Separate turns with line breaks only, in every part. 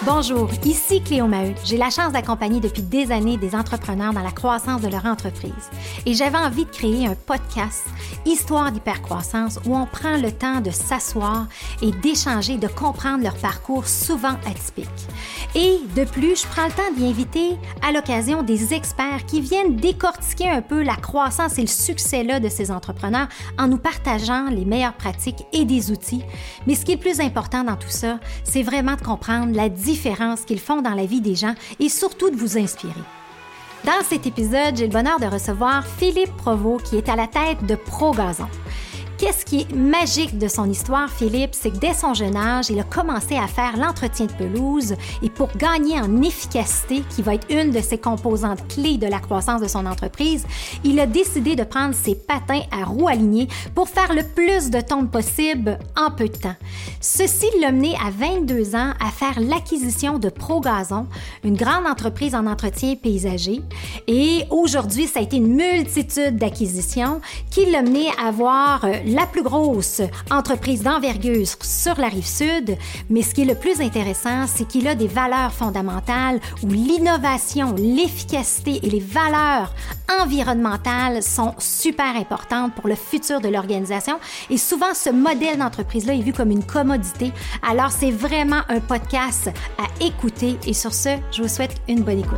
Bonjour, ici Cléo Maheu. J'ai la chance d'accompagner depuis des années des entrepreneurs dans la croissance de leur entreprise. Et j'avais envie de créer un podcast, Histoire d'hypercroissance, où on prend le temps de s'asseoir et d'échanger, de comprendre leur parcours souvent atypique. Et de plus, je prends le temps d'y inviter à l'occasion des experts qui viennent décortiquer un peu la croissance et le succès là de ces entrepreneurs en nous partageant les meilleures pratiques et des outils. Mais ce qui est le plus important dans tout ça, c'est vraiment de comprendre la différence qu'ils font dans la vie des gens et surtout de vous inspirer. Dans cet épisode, j'ai le bonheur de recevoir Philippe Provost qui est à la tête de ProGazon. Qu'est-ce qui est magique de son histoire, Philippe, c'est que dès son jeune âge, il a commencé à faire l'entretien de pelouse et pour gagner en efficacité, qui va être une de ses composantes clés de la croissance de son entreprise, il a décidé de prendre ses patins à roues alignées pour faire le plus de tonnes possible en peu de temps. Ceci l'a mené à 22 ans à faire l'acquisition de ProGazon, une grande entreprise en entretien paysager. Et aujourd'hui, ça a été une multitude d'acquisitions qui l'a mené à avoir la plus grosse entreprise d'envergure sur la Rive-Sud, mais ce qui est le plus intéressant, c'est qu'il a des valeurs fondamentales où l'innovation, l'efficacité et les valeurs environnementales sont super importantes pour le futur de l'organisation. Et souvent, ce modèle d'entreprise-là est vu comme une commodité. Alors, c'est vraiment un podcast à écouter. Et sur ce, je vous souhaite une bonne écoute.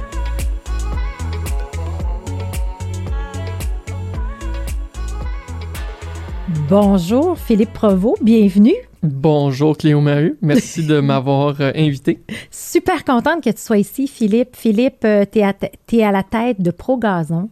Bonjour Philippe Provost, bienvenue.
Bonjour Cléo Maheu, merci de m'avoir invité.
Super contente que tu sois ici, Philippe. Philippe, t'es à la tête de ProGazon,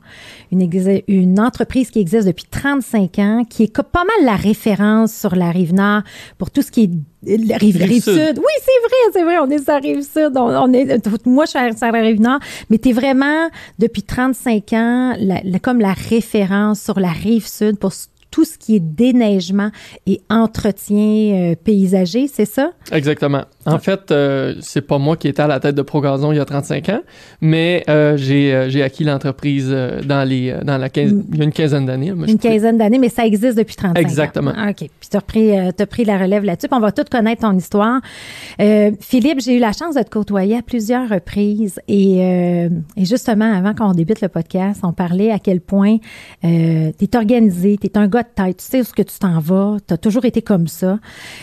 une entreprise qui existe depuis 35 ans, qui est pas mal la référence sur la Rive-Nord pour tout ce qui est Rive-Sud. Oui, c'est vrai, on est sur la Rive-Sud. Moi, je suis sur la Rive-Nord, mais t'es vraiment, depuis 35 ans, comme la référence sur la Rive-Sud pour tout ce qui est déneigement et entretien paysager, c'est ça?
Exactement. En fait, c'est pas moi qui étais à la tête de ProGazon il y a 35 ans, mais j'ai acquis l'entreprise il y a une quinzaine d'années.
Une quinzaine d'années, mais ça existe depuis 35
Exactement.
ans. OK. Puis t'as pris la relève là-dessus. Puis on va tout connaître ton histoire. Philippe, j'ai eu la chance de te côtoyer à plusieurs reprises et justement, avant qu'on débute le podcast, on parlait à quel point t'es organisé, t'es un gars de tête, tu sais où ce que tu t'en vas, t'as toujours été comme ça.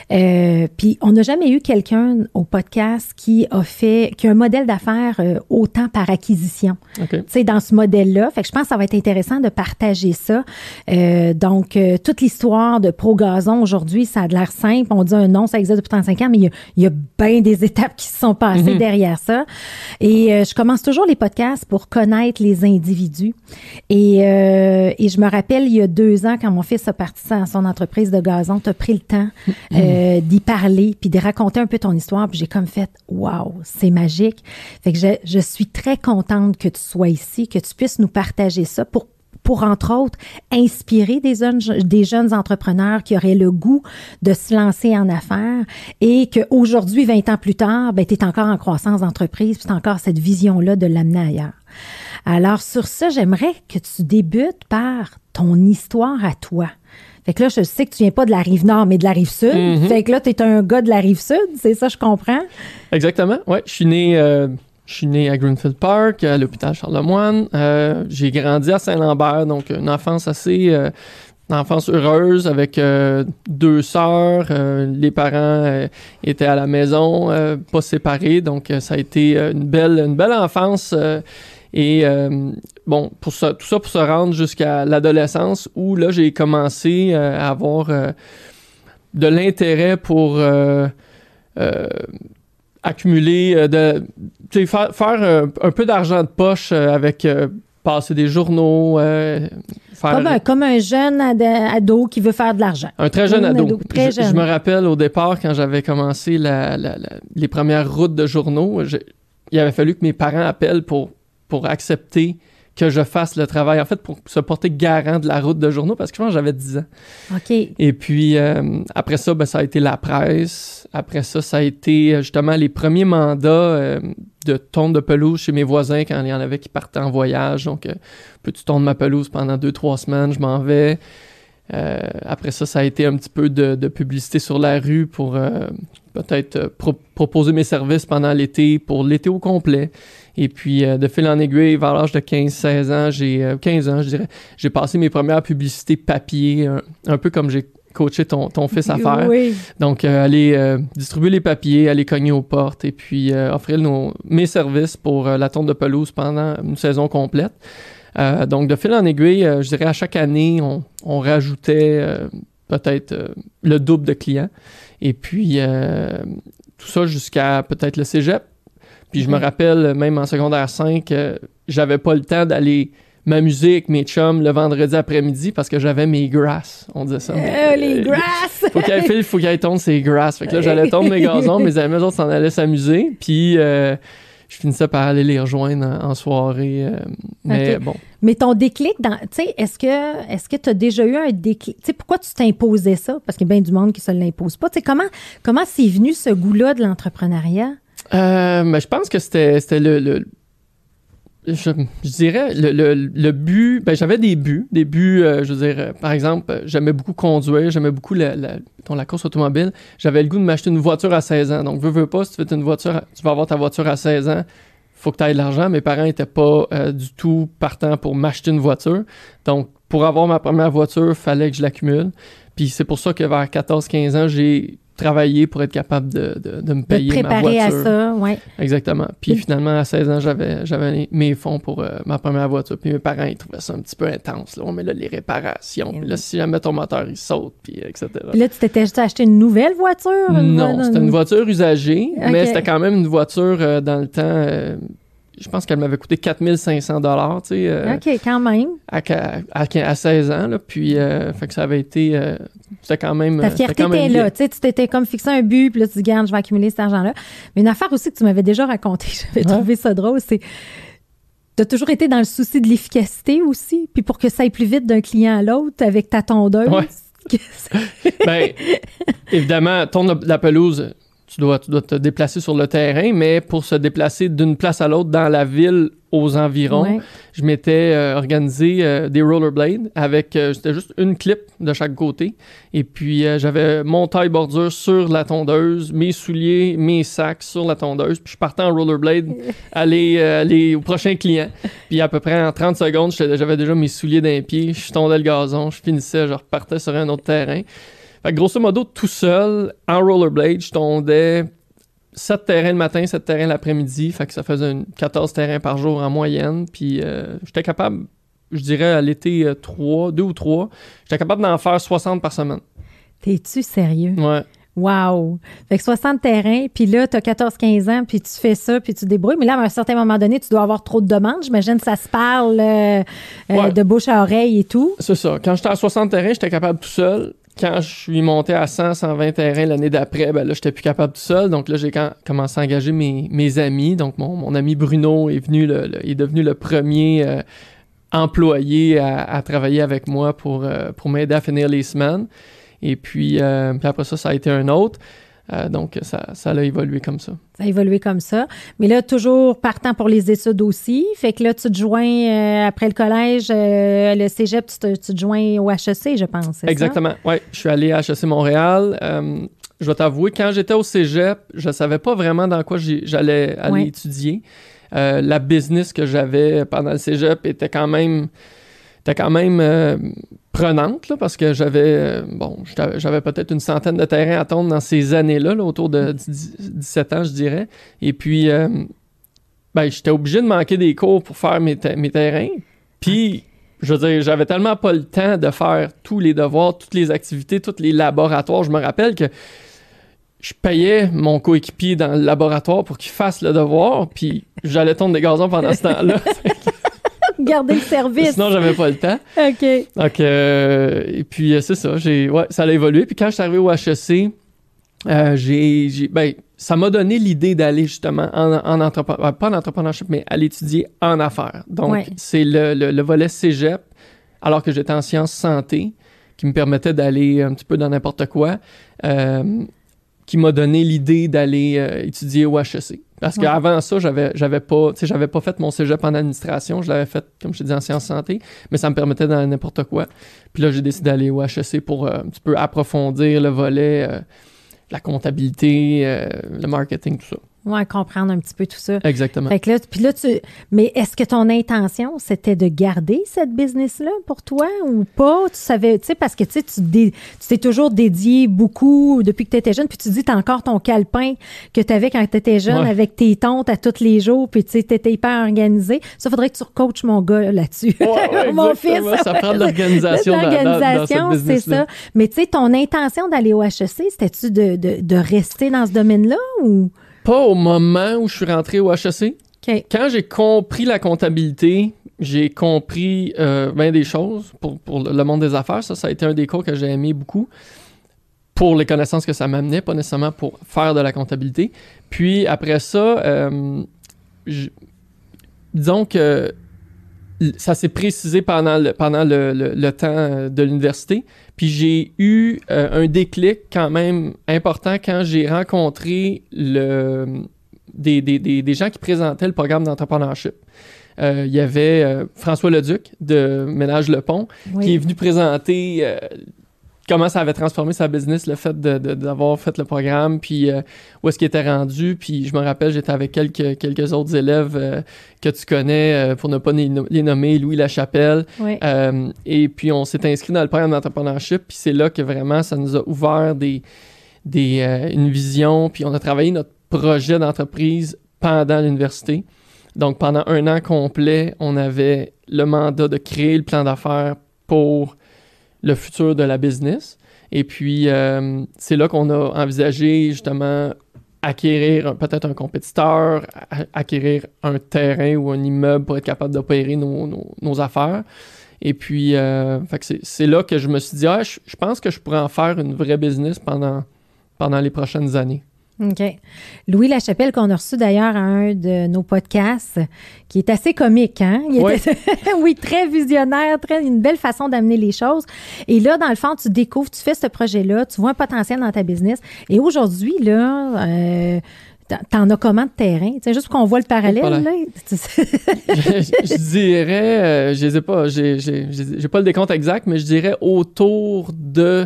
Puis on n'a jamais eu quelqu'un au podcast qui a un modèle d'affaires autant par acquisition.
Okay.
Tu sais, dans ce modèle-là. Fait que je pense que ça va être intéressant de partager ça. Donc, toute l'histoire de ProGazon aujourd'hui, ça a l'air simple. On dit un nom, ça existe depuis 35 ans, mais il y a bien des étapes qui se sont passées derrière ça. Et je commence toujours les podcasts pour connaître les individus. Et je me rappelle, il y a 2 ans, quand mon fils a parti à son entreprise de gazon, tu as pris le temps d'y parler puis de raconter un peu ton histoire. Puis j'ai comme fait « Wow, c'est magique! » Fait que je suis très contente que tu sois ici, que tu puisses nous partager ça pour entre autres, inspirer des jeunes entrepreneurs qui auraient le goût de se lancer en affaires et qu'aujourd'hui, 20 ans plus tard, tu es encore en croissance d'entreprise puis tu as encore cette vision-là de l'amener ailleurs. Alors, sur ça, j'aimerais que tu débutes par ton histoire à toi. Fait que là, je sais que tu viens pas de la Rive-Nord, mais de la Rive-Sud. Mm-hmm. Fait que là, tu es un gars de la Rive-Sud, c'est ça, je comprends?
Exactement, oui. Je suis né à Greenfield Park, à l'hôpital Charlemagne. J'ai grandi à Saint-Lambert, donc une enfance enfance heureuse avec 2 sœurs. Les parents étaient à la maison, pas séparés, donc ça a été une belle enfance. Bon, tout ça pour se rendre jusqu'à l'adolescence où là, j'ai commencé à avoir de l'intérêt pour accumuler, faire un peu d'argent de poche avec passer des journaux.
Comme un jeune ado qui veut faire de l'argent.
Un très jeune ado. Je me rappelle au départ, quand j'avais commencé les premières routes de journaux, il avait fallu que mes parents appellent pour accepter que je fasse le travail, en fait, pour se porter garant de la route de journaux, parce que je pense que j'avais 10 ans.
OK.
Et puis, après ça, ça a été la presse. Après ça, ça a été justement les premiers mandats de tonte de pelouse chez mes voisins quand il y en avait qui partaient en voyage. Donc, peux-tu tondre ma pelouse pendant 2-3 semaines? Je m'en vais. Après ça, ça a été un petit peu de publicité sur la rue pour peut-être proposer mes services pendant l'été, pour l'été au complet. Et puis, de fil en aiguille, vers l'âge de 15-16 ans, 15 ans, je dirais, j'ai passé mes premières publicités papier, un peu comme j'ai coaché ton fils à faire.
Oui.
Donc, aller distribuer les papiers, aller cogner aux portes et puis offrir mes services pour la tonte de pelouse pendant une saison complète. Donc, de fil en aiguille, je dirais à chaque année, on rajoutait peut-être le double de clients. Et puis, tout ça jusqu'à peut-être le cégep. Puis je me rappelle, même en secondaire 5, j'avais pas le temps d'aller m'amuser avec mes chums le vendredi après-midi parce que j'avais mes grasses. On disait ça.
Les grasses!
Faut qu'il aille tondre ses grasses. Fait que là, j'allais tondre mes gazons. Mes amis, eux autres, s'en allaient s'amuser. Puis je finissais par aller les rejoindre en soirée. Mais bon.
Mais ton déclic, tu sais, est-ce que tu as déjà eu un déclic? Tu sais, pourquoi tu t'imposais ça? Parce qu'il y a bien du monde qui se l'impose pas. Tu sais, comment c'est venu ce goût-là de l'entrepreneuriat?
Mais je pense que c'était je dirais le but. Ben, j'avais des buts. Je veux dire, par exemple, j'aimais beaucoup conduire, j'aimais beaucoup la course automobile. J'avais le goût de m'acheter une voiture à 16 ans. Donc, veux pas, si tu veux une voiture, tu vas avoir ta voiture à 16 ans, faut que tu aies de l'argent. Mes parents n'étaient pas du tout partants pour m'acheter une voiture. Donc, pour avoir ma première voiture, il fallait que je l'accumule. Puis c'est pour ça que vers 14-15 ans, j'ai travaillé pour être capable de me payer ma voiture.
De préparer à ça, oui.
Exactement. Puis finalement, à 16 ans, j'avais mes fonds pour ma première voiture. Puis mes parents, ils trouvaient ça un petit peu intense. Là. On met là les réparations. Puis là, si jamais ton moteur, il saute, puis etc.
Puis là, tu t'étais juste acheté une nouvelle voiture?
Non, c'était une voiture usagée, mais c'était quand même une voiture dans le temps... je pense qu'elle m'avait coûté 4 500 $, tu sais.
OK, quand même.
À 16 ans, là. Puis, fait que ça avait été... c'était quand même...
Ta fierté était là. Tu sais, tu t'étais comme fixé un but, puis là, tu dis, garde, je vais accumuler cet argent-là. Mais une affaire aussi que tu m'avais déjà racontée, j'avais trouvé ça drôle, c'est... Tu as toujours été dans le souci de l'efficacité aussi, puis pour que ça aille plus vite d'un client à l'autre avec ta tondeuse.
Ouais. Bien, évidemment, tondre la pelouse... Tu dois te déplacer sur le terrain, mais pour se déplacer d'une place à l'autre dans la ville aux environs, je m'étais organisé des rollerblades avec, c'était juste une clip de chaque côté. Et puis, j'avais mon taille-bordure sur la tondeuse, mes souliers, mes sacs sur la tondeuse. Puis, je partais en rollerblade, aller au prochain client. Puis, à peu près en 30 secondes, j'avais déjà mes souliers d'un pied. Je tondais le gazon, je finissais, je repartais sur un autre terrain. Fait que grosso modo, tout seul, en rollerblade, je tondais 7 terrains le matin, 7 terrains l'après-midi. Fait que ça faisait 14 terrains par jour en moyenne. Puis j'étais capable, je dirais à l'été 2 ou 3, j'étais capable d'en faire 60 par semaine.
T'es-tu sérieux?
Ouais.
Wow! Fait que 60 terrains, puis là, t'as 14-15 ans, puis tu fais ça, puis tu te débrouilles. Mais là, à un certain moment donné, tu dois avoir trop de demandes. J'imagine que ça se parle de bouche à oreille et tout.
C'est ça. Quand j'étais à 60 terrains, j'étais capable tout seul. Quand je suis monté à 100-120 terrains l'année d'après, ben là, j'étais plus capable tout seul. Donc là, j'ai commencé à engager mes amis. Donc, mon ami Bruno est devenu le premier employé à travailler avec moi pour m'aider à finir les semaines. Et puis après ça a été un autre. Donc, ça a évolué comme ça.
Ça a évolué comme ça. Mais là, toujours partant pour les études aussi. Fait que là, tu te joins après le collège, le cégep, tu te joins au HEC, je pense, c'est
Exactement. Oui, je suis allé à HEC Montréal. Je vais t'avouer, quand j'étais au cégep, je savais pas vraiment dans quoi j'allais aller étudier. La business que j'avais pendant le cégep était quand même prenante, là, parce que j'avais peut-être une centaine de terrains à tondre dans ces années-là, là, autour de 17 ans, je dirais. Et puis, j'étais obligé de manquer des cours pour faire mes terrains. Puis, je veux dire, j'avais tellement pas le temps de faire tous les devoirs, toutes les activités, tous les laboratoires. Je me rappelle que je payais mon coéquipier dans le laboratoire pour qu'il fasse le devoir, puis j'allais tondre des gazons pendant ce temps-là.
Garder le service.
Sinon, j'avais pas le temps.
OK.
Donc, et puis, c'est ça. Ça a évolué. Puis quand je suis arrivé au HEC, ça m'a donné l'idée d'aller justement pas en entrepreneurship, mais aller étudier en affaires. Donc, c'est le volet cégep, alors que j'étais en sciences santé, qui me permettait d'aller un petit peu dans n'importe quoi, qui m'a donné l'idée d'aller étudier au HEC. Parce qu'avant ça, j'avais pas fait mon cégep en administration, je l'avais fait, comme je te dis, en sciences santé, mais ça me permettait d'aller n'importe quoi. Puis là, j'ai décidé d'aller au HEC pour un petit peu approfondir le volet la comptabilité, le marketing, tout ça.
Ouais, comprendre un petit peu tout ça.
Exactement.
Fait que là, puis là, mais est-ce que ton intention, c'était de garder cette business-là pour toi ou pas? Tu savais, tu sais, parce que tu t'es toujours dédié beaucoup depuis que tu étais jeune, puis tu dis, t'as encore ton calepin que tu avais quand tu étais jeune avec tes tontes à tous les jours, puis tu sais, t'étais hyper organisé. Ça, faudrait que tu recoaches mon gars là-dessus.
Ouais,
mon fils.
Ça prend de l'organisation.
Dans cette c'est ça. Mais tu sais, ton intention d'aller au HEC, c'était-tu de rester dans ce domaine-là ou...
Pas au moment où je suis rentré au HEC.
Okay.
Quand j'ai compris la comptabilité, j'ai compris bien des choses pour le monde des affaires. Ça a été un des cours que j'ai aimé beaucoup pour les connaissances que ça m'amenait, pas nécessairement pour faire de la comptabilité. Puis après ça, disons que ça s'est précisé pendant le temps de l'université. Puis j'ai eu un déclic quand même important quand j'ai rencontré des gens qui présentaient le programme d'entrepreneurship. Il y avait François Leduc de Ménage Le Pont qui est venu présenter comment ça avait transformé sa business, le fait d'avoir fait le programme, puis où est-ce qu'il était rendu. Puis je me rappelle, j'étais avec quelques autres élèves que tu connais, pour ne pas les nommer, Louis Lachapelle.
Oui.
Et puis on s'est inscrit dans le programme d'entrepreneurship, puis c'est là que vraiment ça nous a ouvert une vision, puis on a travaillé notre projet d'entreprise pendant l'université. Donc pendant 1 an complet, on avait le mandat de créer le plan d'affaires pour le futur de la business. Et puis, c'est là qu'on a envisagé justement acquérir peut-être un compétiteur, acquérir un terrain ou un immeuble pour être capable d'opérer nos affaires. Et puis, fait que c'est là que je me suis dit, je pense que je pourrais en faire une vraie business pendant les prochaines années.
OK. Louis Lachapelle, qu'on a reçu d'ailleurs à un de nos podcasts, qui est assez comique, hein? Oui, très visionnaire, une belle façon d'amener les choses. Et là, dans le fond, tu découvres, tu fais ce projet-là, tu vois un potentiel dans ta business. Et aujourd'hui, là, t'en as comment de terrain? Tu sais, juste qu'on voit le parallèle, là.
je dirais, je les ai pas, j'ai pas le décompte exact, mais je dirais autour de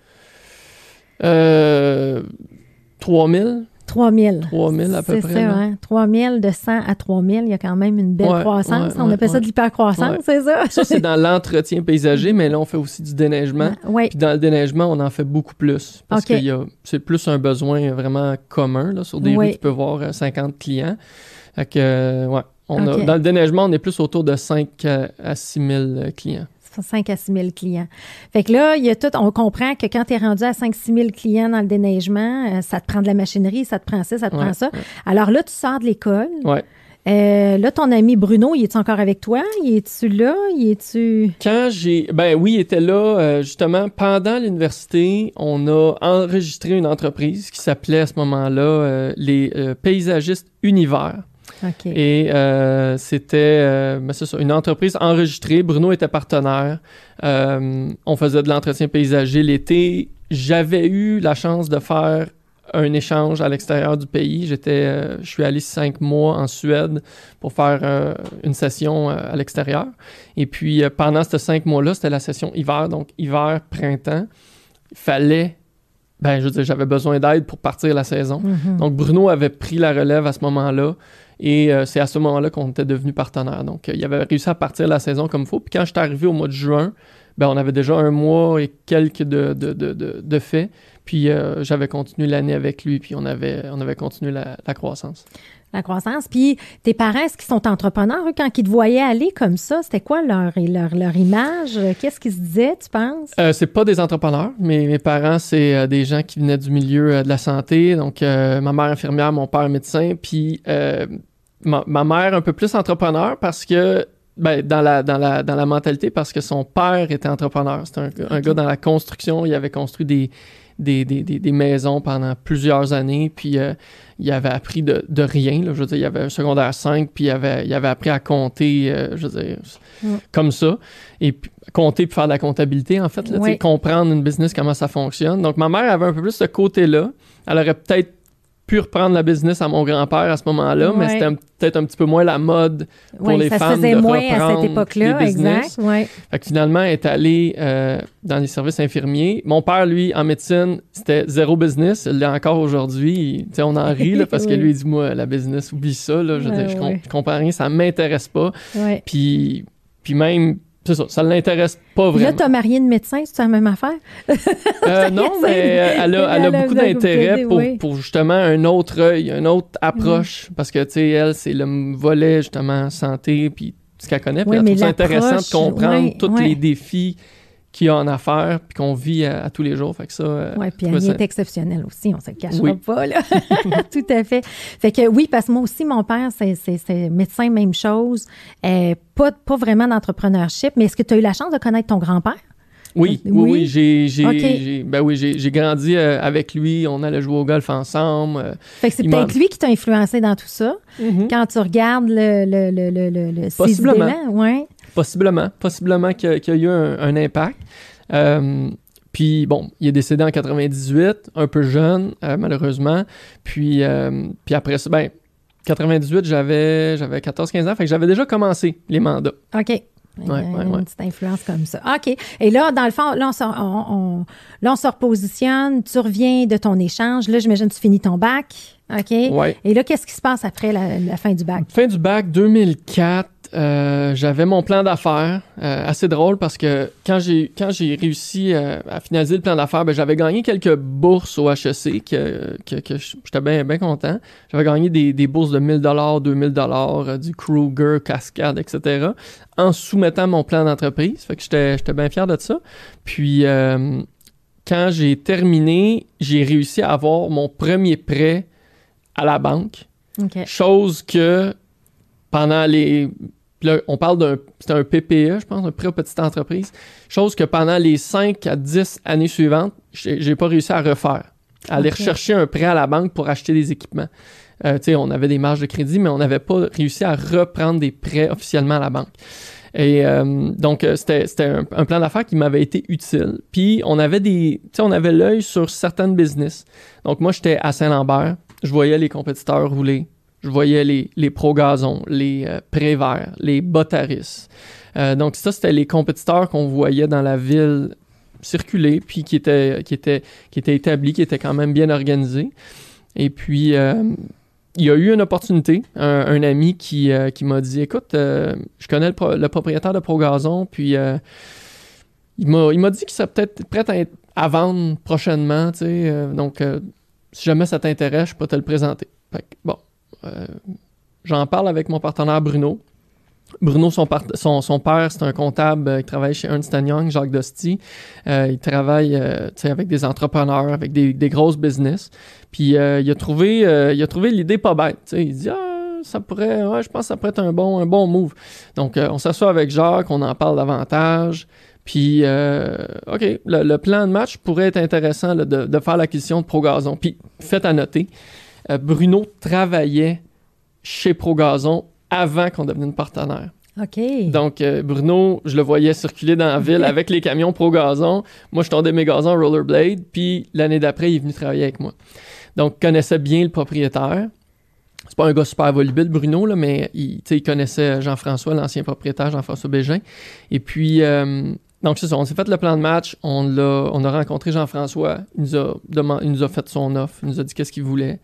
3000. 3000 à peu près. C'est ça, hein? 3000, de 100 à 3000, il y a quand même une belle croissance. On appelle ça de l'hypercroissance, c'est ça? Ça, c'est dans l'entretien paysager, mais là, on fait aussi du déneigement. Puis dans le déneigement, on en fait beaucoup plus. Parce que c'est plus un besoin vraiment commun. Là, sur des rues, tu peux voir 50 clients. Fait que, dans le déneigement, on est plus autour de 5 à 6 000 clients.
5 à 6 000 clients. Fait que là, il y a tout. On comprend que quand tu es rendu à 5-6 000 clients dans le déneigement, ça te prend de la machinerie, ça te prend ça, ça te prend ça. Alors là, tu sors de l'école.
Ouais.
Là, ton ami Bruno, il est-tu encore avec toi? Il est-tu là?
Oui, il était là. Justement, pendant l'université, on a enregistré une entreprise qui s'appelait à ce moment-là les Paysagistes Univers.
Okay.
Et c'était c'est ça, une entreprise enregistrée. Bruno était partenaire. On faisait de l'entretien paysager l'été. J'avais eu la chance de faire un échange à l'extérieur du pays. Je suis allé 5 mois en Suède pour faire une session à l'extérieur. Et puis, pendant ces 5 mois-là, c'était la session hiver. Donc, hiver, printemps. Il fallait... j'avais besoin d'aide pour partir la saison. Mm-hmm. Donc, Bruno avait pris la relève à ce moment-là. Et c'est à ce moment-là qu'on était devenus partenaires. Donc, il avait réussi à partir la saison comme il faut. Puis quand je suis arrivé au mois de juin, on avait déjà 1 mois et quelques de faits. Puis j'avais continué l'année avec lui, puis on avait continué la croissance.
La croissance. Puis tes parents, est-ce qu'ils sont entrepreneurs? Eux, quand ils te voyaient aller comme ça, c'était quoi leur image? Qu'est-ce qu'ils se disaient, tu penses?
C'est pas des entrepreneurs. Mes parents, c'est des gens qui venaient du milieu de la santé. Donc, ma mère infirmière, mon père médecin. Puis ma mère un peu plus entrepreneur parce que dans la mentalité, parce que son père était entrepreneur. C'était un gars dans la construction. Il avait construit des maisons pendant plusieurs années, puis il avait appris de rien. Là, je veux dire, il avait un secondaire 5, puis il avait appris à compter, comme ça. Et puis, compter puis faire de la comptabilité, en fait. Là, comprendre une business, comment ça fonctionne. Donc, ma mère avait un peu plus ce côté-là. Elle aurait peut-être pu reprendre la business à mon grand-père à ce moment-là, mais c'était peut-être un petit peu moins la mode pour les femmes de reprendre
à cette époque-là,
les business.
Exact. Ouais.
Fait que finalement, elle est allée dans les services infirmiers. Mon père, lui, en médecine, c'était zéro business. Il l'est encore aujourd'hui. On en rit là, parce que lui, il dit, moi, la business, oublie ça. Là. Je comprends rien, ça m'intéresse pas.
Ouais.
Puis même... C'est ça ne l'intéresse pas vraiment.
Là, tu as marié une médecin, c'est la même affaire?
Non, mais elle a beaucoup d'intérêt pour justement un autre œil, une autre approche. Parce que, tu sais, elle, c'est le volet, justement, santé, puis ce qu'elle connaît. Puis elle trouve ça intéressant de comprendre tous les défis qu'il y a en affaires, puis qu'on vit à tous les jours. Fait que ça...
Oui, puis elle est exceptionnelle aussi, on ne se le cachera pas, là. Tout à fait. Fait que oui, parce que moi aussi, mon père, c'est médecin, même chose. Pas vraiment d'entrepreneurship, mais est-ce que tu as eu la chance de connaître ton grand-père?
Oui. J'ai grandi avec lui. On allait jouer au golf ensemble.
Fait que c'est peut-être lui qui t'a influencé dans tout ça. Mm-hmm. Quand tu regardes le
Possiblement.
Ouais.
Possiblement qu'il y a eu un impact. Puis bon, il est décédé en 98, un peu jeune, malheureusement. Puis après ça, 98, j'avais 14-15 ans, fait que j'avais déjà commencé les mandats.
OK. Une petite influence comme ça. OK. Et là, dans le fond, là, on se repositionne. Tu reviens de ton échange. Là, j'imagine que tu finis ton bac. OK. Ouais. Et là, qu'est-ce qui se passe après la fin du bac?
Fin du bac, 2004, j'avais mon plan d'affaires. Assez drôle parce que quand j'ai réussi à finaliser le plan d'affaires, j'avais gagné quelques bourses au HEC que j'étais bien content. J'avais gagné des bourses de 1 000 $, 2 000 du Kruger, Cascade, etc. en soumettant mon plan d'entreprise. Fait que j'étais bien fier de ça. Puis, quand j'ai terminé, j'ai réussi à avoir mon premier prêt à la banque.
Okay.
Chose que pendant là, on parle c'était un PPE, je pense, un prêt aux petites entreprises. Chose que pendant les 5 à 10 années suivantes, j'ai pas réussi à refaire. Aller rechercher un prêt à la banque pour acheter des équipements. On avait des marges de crédit, mais on n'avait pas réussi à reprendre des prêts officiellement à la banque. Et donc, c'était un plan d'affaires qui m'avait été utile. Puis, on avait l'œil sur certaines business. Donc, moi, j'étais à Saint-Lambert. Je voyais les compétiteurs rouler. Je voyais les Pro-Gazon, les Prévert, les Botaris. Donc, ça, c'était les compétiteurs qu'on voyait dans la ville circuler, puis qui étaient établis, qui étaient quand même bien organisés. Et puis, il y a eu une opportunité, un ami qui m'a dit, écoute, je connais le propriétaire de Pro-Gazon, puis il m'a dit qu'il serait peut-être prêt à vendre prochainement, tu sais. Donc, si jamais ça t'intéresse, je peux te le présenter. Fait que, bon, j'en parle avec mon partenaire Bruno. Bruno, son père, c'est un comptable qui travaille chez Ernst & Young, Jacques Dosti. Il travaille avec des entrepreneurs, avec des grosses business. Puis il a trouvé l'idée pas bête. Il dit je pense que ça pourrait être un bon move. Donc on s'assoit avec Jacques, on en parle davantage. Puis OK, le plan de match pourrait être intéressant là, de faire l'acquisition de Pro-Gazon. Puis faites à noter, Bruno travaillait chez Pro-Gazon avant qu'on devienne partenaire.
OK.
Donc, Bruno, je le voyais circuler dans la ville avec les camions Pro-Gazon. Moi, je tondais mes gazons rollerblade. Puis, l'année d'après, il est venu travailler avec moi. Donc, il connaissait bien le propriétaire. C'est pas un gars super volubile, Bruno, là, mais il connaissait Jean-François, l'ancien propriétaire, Jean-François Bégin. Et puis, donc, c'est ça. On s'est fait le plan de match. On a rencontré Jean-François. Il nous a fait son offre. Il nous a dit qu'est-ce qu'il voulait.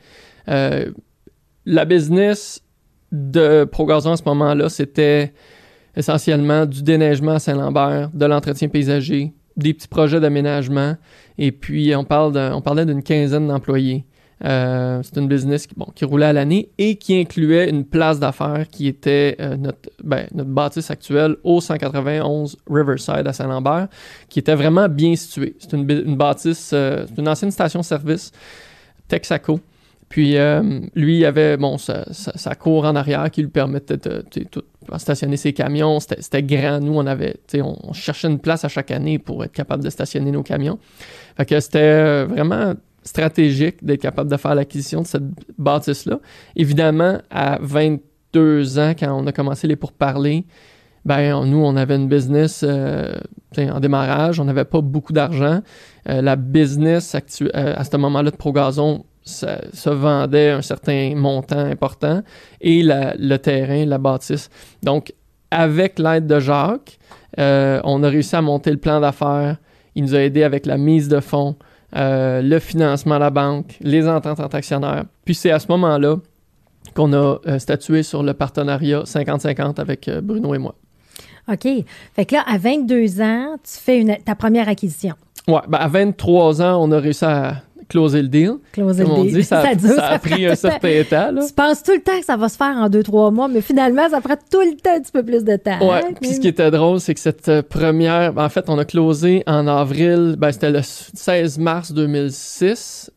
La business de Pro-Gazon à ce moment-là, c'était essentiellement du déneigement à Saint-Lambert, de l'entretien paysager, des petits projets d'aménagement, et puis on parlait d'une quinzaine d'employés. C'est une business qui roulait à l'année et qui incluait une place d'affaires qui était notre bâtisse actuelle au 191 Riverside à Saint-Lambert, qui était vraiment bien située. C'est une bâtisse, c'est une ancienne station-service Texaco. Puis, lui, il avait sa cour en arrière qui lui permettait de stationner ses camions. C'était grand. Nous, on cherchait une place à chaque année pour être capable de stationner nos camions. Fait que c'était vraiment stratégique d'être capable de faire l'acquisition de cette bâtisse-là. Évidemment, à 22 ans, quand on a commencé les pourparlers, nous, on avait une business en démarrage. On n'avait pas beaucoup d'argent. La business à ce moment-là de Pro-Gazon ça se vendait un certain montant important, et le terrain, la bâtisse. Donc, avec l'aide de Jacques, on a réussi à monter le plan d'affaires. Il nous a aidés avec la mise de fonds, le financement à la banque, les ententes entre actionnaires. Puis c'est à ce moment-là qu'on a statué sur le partenariat 50-50 avec Bruno et moi.
OK. Fait que là, à 22 ans, tu fais ta première acquisition.
Ouais, ben à 23 ans, on a réussi à closer le deal.
Closer le deal.
Dit, ça a pris un certain temps. Là.
Tu penses tout le temps que ça va se faire en 2-3 mois, mais finalement, ça prend tout le temps un petit peu plus de temps.
Ouais, puis ce qui était drôle, c'est que cette première... En fait, on a closé en avril, c'était le 16 mars 2006.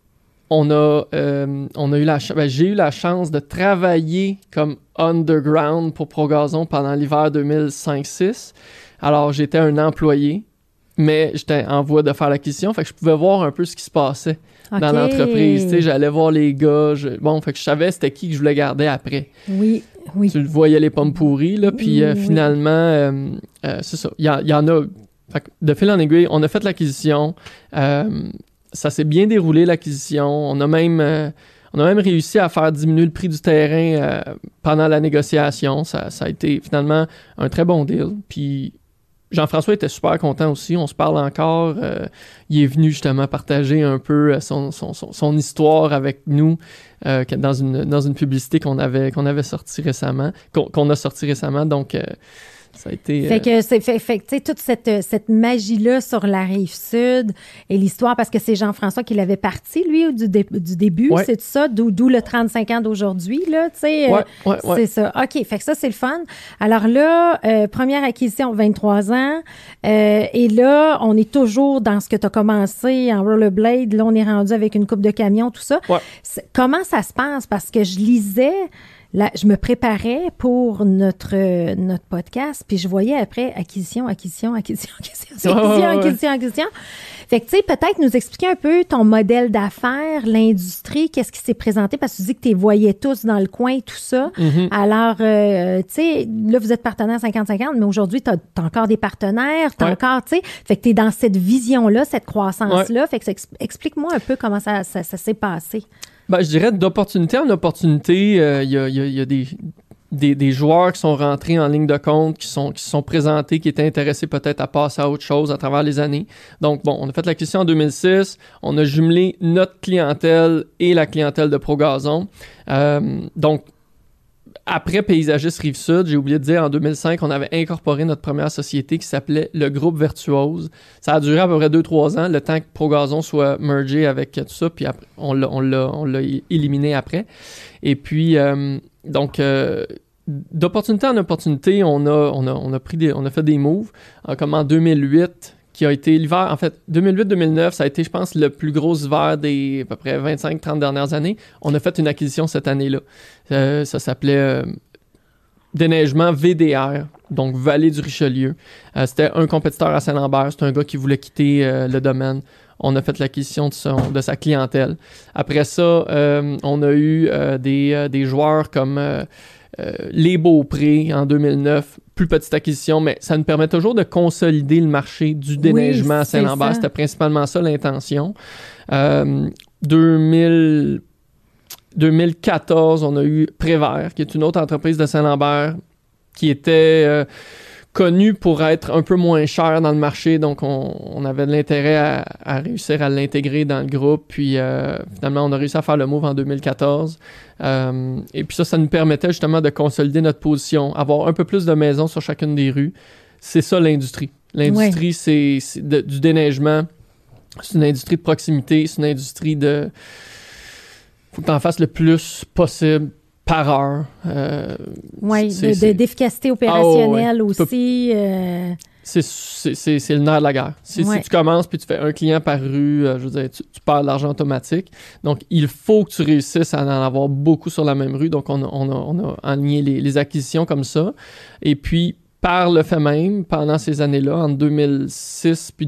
J'ai eu la chance de travailler comme underground pour ProGazon pendant l'hiver 2005-06. Alors, j'étais un employé, mais j'étais en voie de faire l'acquisition, fait que je pouvais voir un peu ce qui se passait dans l'entreprise. Tu sais, j'allais voir les gars. Fait que je savais c'était qui que je voulais garder après.
Oui.
Tu le voyais, les pommes pourries, là, puis finalement, c'est ça. Il y en a... Fait que de fil en aiguille, on a fait l'acquisition. Ça s'est bien déroulé, l'acquisition. On a même réussi à faire diminuer le prix du terrain pendant la négociation. Ça a été finalement un très bon deal. Puis Jean-François était super content aussi. On se parle encore. Il est venu justement partager un peu son histoire avec nous dans une publicité qu'on avait sortie récemment, qu'on a sorti récemment. Donc, ça a été...
Fait que tu sais, toute cette magie-là sur la Rive-Sud et l'histoire, parce que c'est Jean-François qui l'avait parti, lui, du début,
ouais.
C'est ça, d'où le 35 ans d'aujourd'hui, là, tu sais.
Ouais.
C'est ça. OK, fait que ça, c'est le fun. Alors là, première acquisition, 23 ans, et là, on est toujours dans ce que tu as commencé en rollerblade. Là, on est rendu avec une coupe de camions, tout ça.
Ouais.
Comment ça se passe? Parce que je lisais... Là, je me préparais pour notre podcast, puis je voyais après acquisition. Fait que, tu sais, peut-être nous expliquer un peu ton modèle d'affaires, l'industrie, qu'est-ce qui s'est présenté, parce que tu dis que tu les voyais tous dans le coin, tout ça.
Mm-hmm.
Alors, tu sais, là, vous êtes partenaire 50-50, mais aujourd'hui, tu as encore des partenaires, tu as encore, tu sais, fait que tu es dans cette vision-là, cette croissance-là. Fait que explique-moi un peu comment ça s'est passé.
Ben, je dirais d'opportunité en opportunité, il y a des joueurs qui sont rentrés en ligne de compte, qui se sont présentés, qui étaient intéressés peut-être à passer à autre chose à travers les années. Donc, bon, on a fait l'acquisition en 2006, on a jumelé notre clientèle et la clientèle de ProGazon. Donc, après Paysagiste Rive-Sud, j'ai oublié de dire, en 2005, on avait incorporé notre première société qui s'appelait le Groupe Virtuose. Ça a duré à peu près 2-3 ans, le temps que ProGazon soit mergé avec tout ça, puis après, on l'a éliminé après. Et puis, d'opportunité en opportunité, on a fait des moves, comme en 2008, qui a été l'hiver, en fait, 2008-2009, ça a été, je pense, le plus gros hiver des à peu près 25-30 dernières années. On a fait une acquisition cette année-là. Ça s'appelait Déneigement VDR, donc Vallée du Richelieu. C'était un compétiteur à Saint-Lambert, c'était un gars qui voulait quitter le domaine. On a fait l'acquisition de sa clientèle. Après ça, on a eu des joueurs comme Les Beaupré en 2009, plus petite acquisition, mais ça nous permet toujours de consolider le marché du déneigement à Saint-Lambert. C'était principalement ça l'intention. 2014, on a eu Prévert, qui est une autre entreprise de Saint-Lambert qui était connue pour être un peu moins chère dans le marché, donc on avait de l'intérêt à réussir à l'intégrer dans le groupe, puis finalement on a réussi à faire le move en 2014, et puis ça nous permettait justement de consolider notre position, avoir un peu plus de maisons sur chacune des rues. C'est ça l'industrie. L'industrie, c'est du déneigement, c'est une industrie de proximité, c'est une industrie de... faut que tu en fasses le plus possible par heure.
D'efficacité opérationnelle aussi.
C'est le nerf de la guerre. Si tu commences puis tu fais un client par rue, je veux dire, tu perds de l'argent automatique. Donc, il faut que tu réussisses à en avoir beaucoup sur la même rue. Donc, on a aligné les acquisitions comme ça. Et puis, par le fait même, pendant ces années-là, en 2006 puis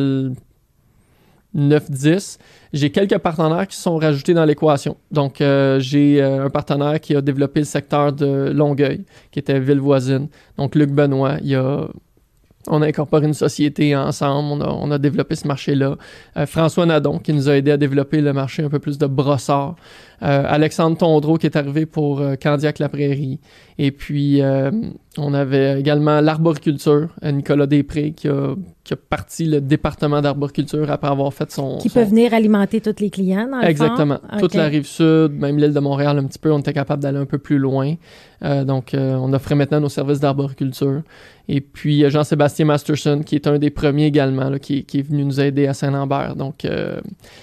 2009-10, j'ai quelques partenaires qui sont rajoutés dans l'équation. Donc, j'ai un partenaire qui a développé le secteur de Longueuil, qui était ville voisine. Donc, Luc Benoît, il y a On a incorporé une société ensemble, on a développé ce marché-là. François Nadon qui nous a aidé à développer le marché un peu plus de brossard. Alexandre Tondreau qui est arrivé pour Candiac-la-Prairie. Et puis, on avait également l'arboriculture, Nicolas Després qui a parti le département d'arboriculture après avoir fait son...
Qui peut venir alimenter tous les clients, dans le
Exactement.
fond?
Toute la Rive-Sud, même l'île de Montréal un petit peu, on était capable d'aller un peu plus loin. Donc, on offrait maintenant nos services d'arboriculture. Et puis, Jean-Sébastien Masterson, qui est un des premiers également, là, qui est venu nous aider à Saint-Lambert. Donc, il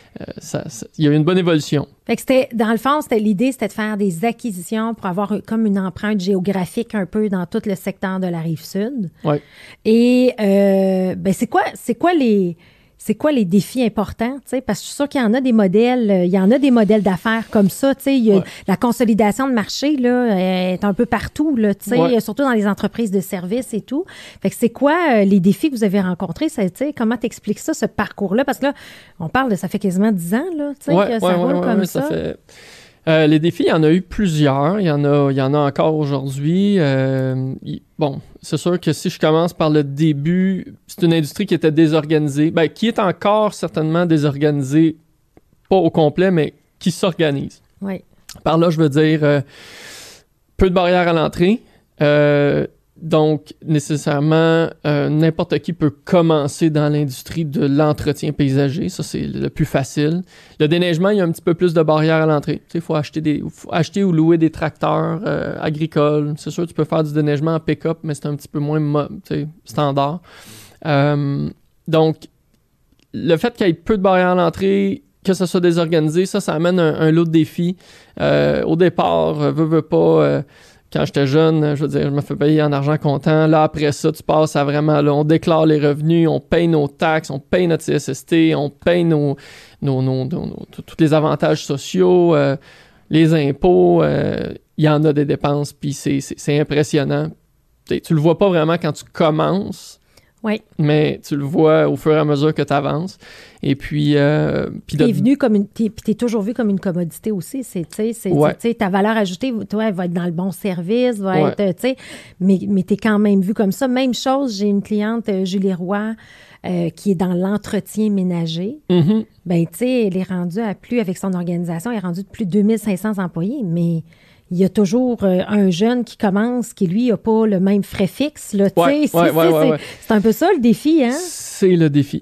y a eu une bonne évolution.
Fait que dans le fond, l'idée, c'était de faire des acquisitions pour avoir comme une empreinte géographique un peu dans tout le secteur de la Rive-Sud.
Oui.
Et c'est quoi les défis importants, tu sais, parce que je suis sûre qu'il y en a des modèles, d'affaires comme ça, tu sais, la consolidation de marché là est un peu partout là, tu sais, surtout dans les entreprises de services et tout. Fait que c'est quoi les défis que vous avez rencontrés, tu sais, comment t'expliques ça, ce parcours-là, parce que là, on parle de ça fait quasiment 10 ans là, tu sais, que ça roule comme ça.
Fait... les défis, il y en a eu plusieurs. Il y en a encore aujourd'hui. Bon, c'est sûr que si je commence par le début, c'est une industrie qui était désorganisée. Ben, qui est encore certainement désorganisée, pas au complet, mais qui s'organise.
Oui.
Par là, je veux dire peu de barrières à l'entrée. Donc, nécessairement, n'importe qui peut commencer dans l'industrie de l'entretien paysager. Ça, c'est le plus facile. Le déneigement, il y a un petit peu plus de barrières à l'entrée. Tu sais, il faut acheter ou louer des tracteurs agricoles. C'est sûr, tu peux faire du déneigement en pick-up, mais c'est un petit peu moins standard. Donc, le fait qu'il y ait peu de barrières à l'entrée, que ça soit désorganisé, ça amène un lot de défis. Au départ, veux pas... quand j'étais jeune, je veux dire, je me fais payer en argent comptant. Là, après ça, tu passes à vraiment, là, on déclare les revenus, on paye nos taxes, on paye notre CSST, on paye tous les avantages sociaux, les impôts. Il y en a des dépenses, puis c'est impressionnant. Tu le vois pas vraiment quand tu commences.
Oui.
Mais tu le vois au fur et à mesure que tu avances. Et puis...
t'es toujours vu comme une commodité aussi. Ta valeur ajoutée, toi, elle va être dans le bon service, mais t'es quand même vu comme ça. Même chose, j'ai une cliente, Julie Roy, qui est dans l'entretien ménager.
Mm-hmm.
Ben, tu sais, elle est rendue avec son organisation, elle est rendue de plus de 2500 employés, mais... Il y a toujours un jeune qui commence, qui, lui, n'a pas le même frais fixe. Là, c'est un peu ça, le défi, hein?
C'est le défi.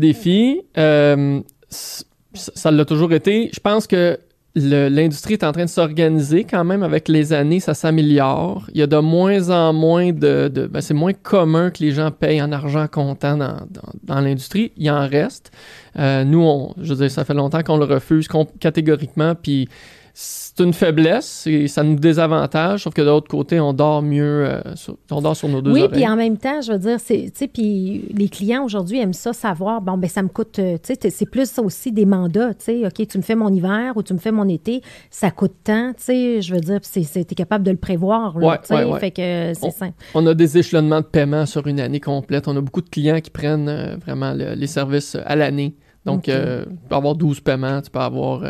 Ça l'a toujours été. Je pense que l'industrie est en train de s'organiser quand même avec les années. Ça s'améliore. Il y a de moins en moins c'est moins commun que les gens payent en argent comptant dans l'industrie. Il en reste. Nous, je veux dire, ça fait longtemps qu'on le refuse catégoriquement, puis c'est une faiblesse et ça nous désavantage, sauf que de l'autre côté, on dort mieux, on dort sur nos deux oreilles.
Oui, puis en même temps, je veux dire, puis les clients aujourd'hui aiment ça savoir, bon, ben ça me coûte, tu sais, c'est plus aussi des mandats, tu sais, OK, tu me fais mon hiver ou tu me fais mon été, ça coûte tant, tu sais, je veux dire, t'es capable de le prévoir, là, tu sais, fait que c'est simple.
On a des échelonnements de paiement sur une année complète. On a beaucoup de clients qui prennent vraiment les services à l'année. Donc, tu peux avoir 12 paiements, tu peux avoir...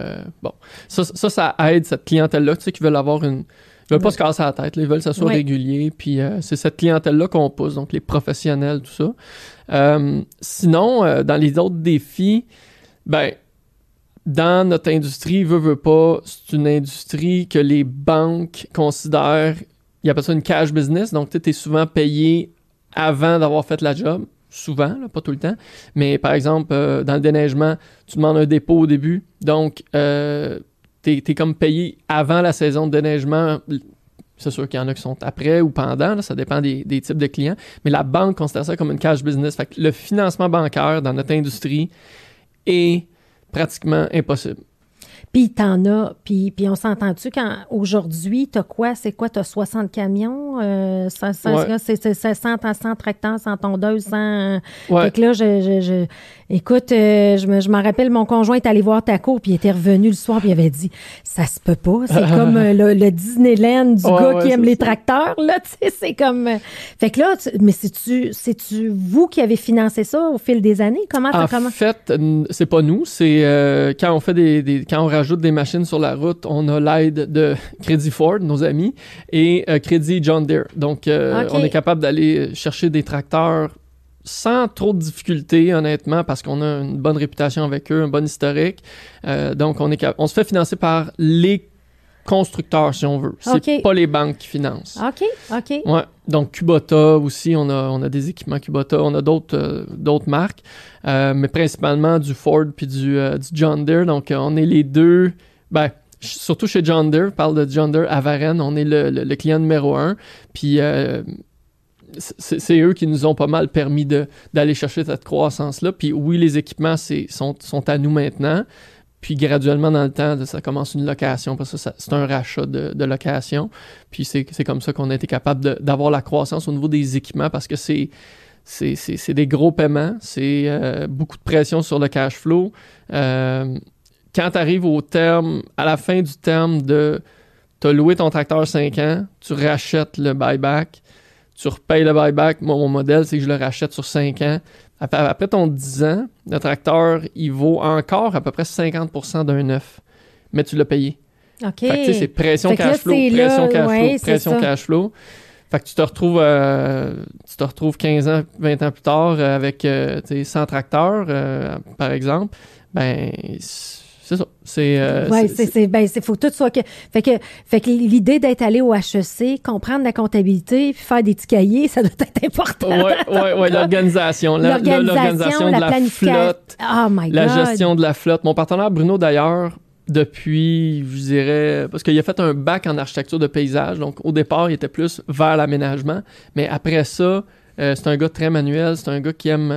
Ça aide cette clientèle-là, tu sais, qui veulent avoir Ils veulent pas se casser la tête, là, ils veulent que ça soit régulier, puis c'est cette clientèle-là qu'on pousse, donc les professionnels, tout ça. Sinon, dans les autres défis, ben, dans notre industrie, veut pas, c'est une industrie que les banques considèrent, ils appellent ça une cash business, donc tu es souvent payé avant d'avoir fait la job. Souvent, là, pas tout le temps. Mais par exemple, dans le déneigement, tu demandes un dépôt au début. Donc, t'es comme payé avant la saison de déneigement. C'est sûr qu'il y en a qui sont après ou pendant. Là, ça dépend des types de clients. Mais la banque considère ça comme une cash business. Fait que le financement bancaire dans notre industrie est pratiquement impossible.
Puis t'en as, puis on s'entend-tu quand aujourd'hui, t'as quoi? C'est quoi? T'as 60 camions? C'est 100 tracteurs, 100 tondeuses, 100... Fait que là, écoute, je m'en rappelle, mon conjoint est allé voir ta cour, puis il était revenu le soir, puis il avait dit, ça se peut pas, c'est comme le Disneyland du gars qui aime les tracteurs, là, tu sais, c'est comme... Fait que là, mais c'est-tu vous qui avez financé ça au fil des années? En
fait, c'est pas nous, c'est quand on fait quand on rajoute des machines sur la route, on a l'aide de Crédit Ford, nos amis, et Crédit John Deere. Donc, on est capable d'aller chercher des tracteurs sans trop de difficultés, honnêtement, parce qu'on a une bonne réputation avec eux, un bon historique. Donc, on se fait financer par les constructeurs, si on veut. C'est pas les banques qui financent.
OK.
Ouais. Donc, Kubota aussi, on a des équipements Kubota. On a d'autres marques, mais principalement du Ford puis du John Deere. Donc, on est les deux... surtout chez John Deere, je parle de John Deere à Varennes, on est le client numéro 1. Puis... c'est eux qui nous ont pas mal permis d'aller chercher cette croissance-là. Puis oui, les équipements sont à nous maintenant. Puis graduellement, dans le temps, ça commence une location, parce que c'est un rachat de location. Puis c'est comme ça qu'on a été capable d'avoir la croissance au niveau des équipements, parce que c'est des gros paiements, c'est beaucoup de pression sur le cash flow. Quand tu arrives à la fin du terme tu as loué ton tracteur 5 ans, tu rachètes le buyback, tu repayes le buyback. Moi, mon modèle, c'est que je le rachète sur 5 ans. Après ton 10 ans, le tracteur, il vaut encore à peu près 50% d'un neuf. Mais tu l'as payé.
OK.
Fait que, tu sais, c'est pression cash flow. Pression cash flow. Fait que tu te retrouves 15 ans, 20 ans plus tard avec 100 tracteurs, par exemple. Ben, c'est ça.
Faut tout soit que. Fait que l'idée d'être allé au HEC, comprendre la comptabilité, puis faire des petits cahiers, ça doit être important.
Ouais, l'organisation. L'organisation de la flotte.
Oh my God.
La gestion de la flotte. Mon partenaire Bruno, d'ailleurs, depuis, je dirais, parce qu'il a fait un bac en architecture de paysage, donc au départ, il était plus vers l'aménagement, mais après ça, c'est un gars très manuel, c'est un gars qui aime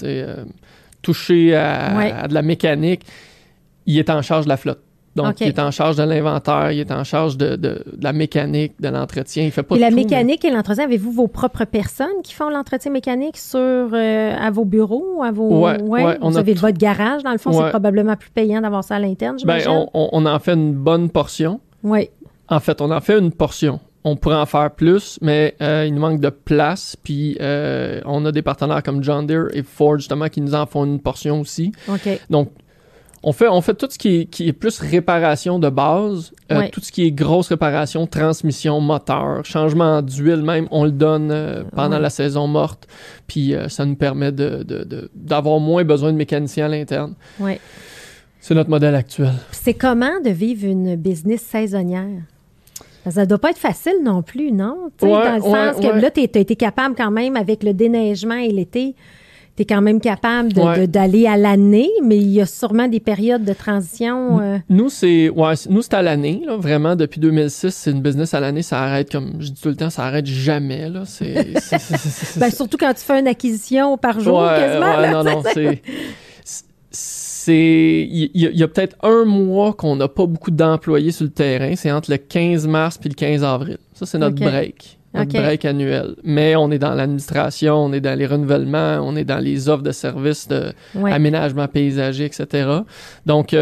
toucher à de la mécanique. Il est en charge de la flotte. Donc, il est en charge de l'inventaire, il est en charge de la mécanique, de l'entretien. Il fait pas
et la
tout,
mécanique et l'entretien, avez-vous vos propres personnes qui font l'entretien mécanique à vos bureaux? Vous avez votre garage, dans le fond, c'est probablement plus payant d'avoir ça à l'interne, j'imagine?
On en fait une bonne portion.
Oui.
En fait, on en fait une portion. On pourrait en faire plus, mais il nous manque de place. Puis, on a des partenaires comme John Deere et Ford, justement, qui nous en font une portion aussi.
OK.
Donc, on fait tout ce qui est plus réparation de base, tout ce qui est grosse réparation, transmission, moteur, changement d'huile même, on le donne pendant la saison morte. Puis ça nous permet d'avoir moins besoin de mécaniciens à l'interne.
Oui.
C'est notre modèle actuel.
C'est comment de vivre une business saisonnière? Ça ne doit pas être facile non plus, non? Dans le sens que là, tu as été capable quand même, avec le déneigement et l'été, tu es quand même capable d'aller à l'année, mais il y a sûrement des périodes de transition.
Nous, c'est à l'année, là, vraiment. Depuis 2006, c'est une business à l'année. Ça arrête, comme je dis tout le temps, ça arrête jamais. Là.
Surtout quand tu fais une acquisition par jour, quasiment.
Non, il y a peut-être un mois qu'on n'a pas beaucoup d'employés sur le terrain. C'est entre le 15 mars et le 15 avril. Ça, c'est notre break. Notre break annuel. Mais on est dans l'administration, on est dans les renouvellements, on est dans les offres de services d'aménagement paysager, etc. Donc,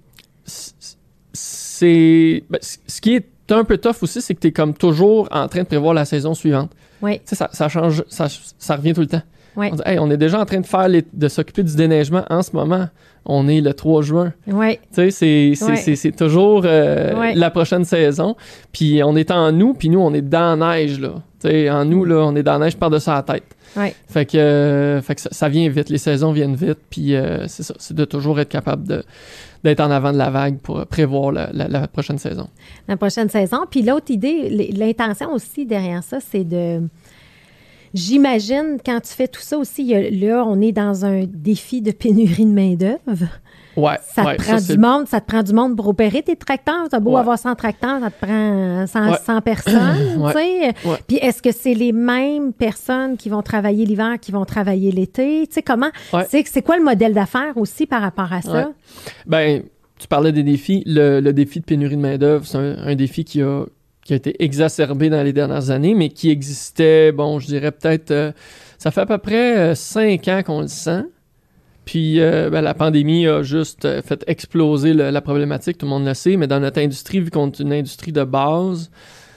ce qui est un peu tough aussi, c'est que tu es comme toujours en train de prévoir la saison suivante.
Oui.
Tu sais, ça change, ça revient tout le temps.
Oui.
On dit, on est déjà en train de s'occuper du déneigement en ce moment. On est le 3 juin.
Oui.
Tu sais, c'est toujours la prochaine saison. Puis on est en août, puis nous, on est dans la neige, là. Tu sais, en août, là, on est dans la neige par-dessus la tête.
Oui.
Fait que ça vient vite. Les saisons viennent vite. Puis c'est ça. C'est de toujours être capable d'être en avant de la vague pour prévoir la prochaine saison. La
prochaine saison. Puis l'autre idée, l'intention aussi derrière ça, c'est de... J'imagine, quand tu fais tout ça aussi, là, on est dans un défi de pénurie de main-d'œuvre.
Ouais.
Ça te prend du monde pour opérer tes tracteurs. T'as beau avoir 100 tracteurs, ça te prend 100 personnes, tu sais. Puis est-ce que c'est les mêmes personnes qui vont travailler l'hiver, qui vont travailler l'été? Tu sais, comment? C'est quoi le modèle d'affaires aussi par rapport à ça?
Ouais. Ben, tu parlais des défis. Le défi de pénurie de main-d'œuvre, c'est un défi qui a été exacerbé dans les dernières années, mais qui existait, je dirais peut-être... ça fait à peu près 5 ans qu'on le sent. Puis la pandémie a juste fait exploser la problématique, tout le monde le sait, mais dans notre industrie, vu qu'on est une industrie de base,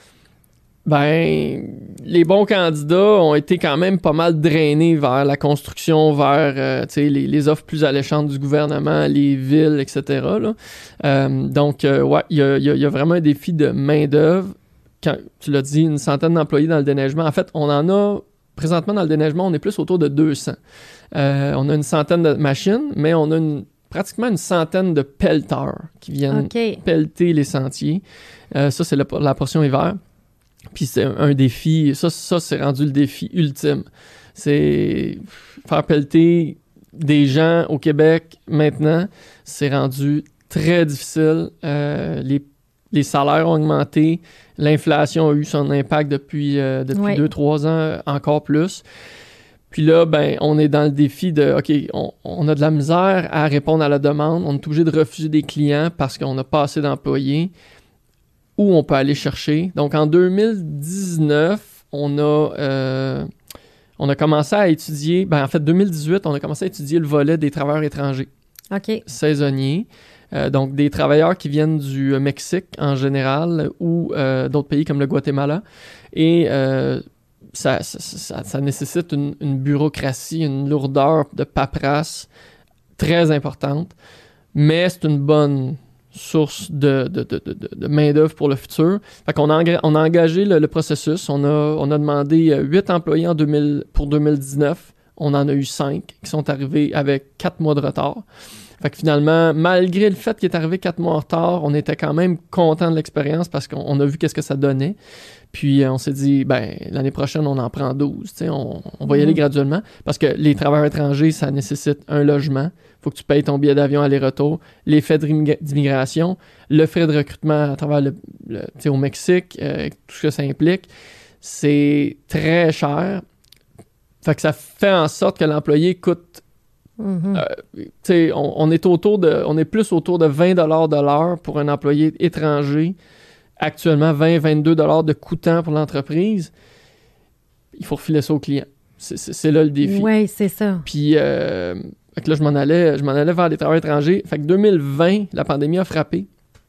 les bons candidats ont été quand même pas mal drainés vers la construction, vers les offres plus alléchantes du gouvernement, les villes, etc. Là. Donc, il y a vraiment un défi de main-d'œuvre. Quand tu l'as dit, une centaine d'employés dans le déneigement. En fait, on en a présentement, dans le déneigement, on est plus autour de 200. On a une centaine de machines, mais on a pratiquement une centaine de pelleteurs qui viennent pelleter les sentiers. Ça, c'est la portion hiver. Puis c'est un défi. Ça, c'est rendu le défi ultime. C'est faire pelleter des gens au Québec maintenant, c'est rendu très difficile. Les salaires ont augmenté. L'inflation a eu son impact depuis 2-3 ans, encore plus. Puis là, on est dans le défi de, OK, on a de la misère à répondre à la demande. On est obligé de refuser des clients parce qu'on n'a pas assez d'employés. Où on peut aller chercher. Donc, en 2019, on a commencé à étudier, en fait, 2018, on a commencé à étudier le volet des travailleurs étrangers.
OK.
Saisonniers. Donc, des travailleurs qui viennent du Mexique en général ou d'autres pays comme le Guatemala. Et ça nécessite une bureaucratie, une lourdeur de paperasse très importante. Mais c'est une bonne source de main-d'œuvre pour le futur. Fait qu'on on a engagé le processus. On a demandé 8 employés pour 2019. On en a eu 5 qui sont arrivés avec 4 mois de retard. Fait que finalement, malgré le fait qu'il est arrivé 4 mois en retard, on était quand même content de l'expérience parce qu'on a vu qu'est-ce que ça donnait. Puis on s'est dit, l'année prochaine, on en prend 12. On va y aller graduellement parce que les travailleurs étrangers, ça nécessite un logement. Il faut que tu payes ton billet d'avion aller-retour, les frais d'immigration, le frais de recrutement à travers au Mexique, tout ce que ça implique. C'est très cher. Fait que ça fait en sorte que l'employé coûte on est plus autour de 20 $ de l'heure pour un employé étranger. Actuellement, 20-22 $ de coûtant pour l'entreprise. Il faut refiler ça au client. C'est là le défi.
Oui, c'est ça.
Puis, fait que là, je m'en allais vers les travailleurs étrangers. Fait que 2020, la pandémie a frappé.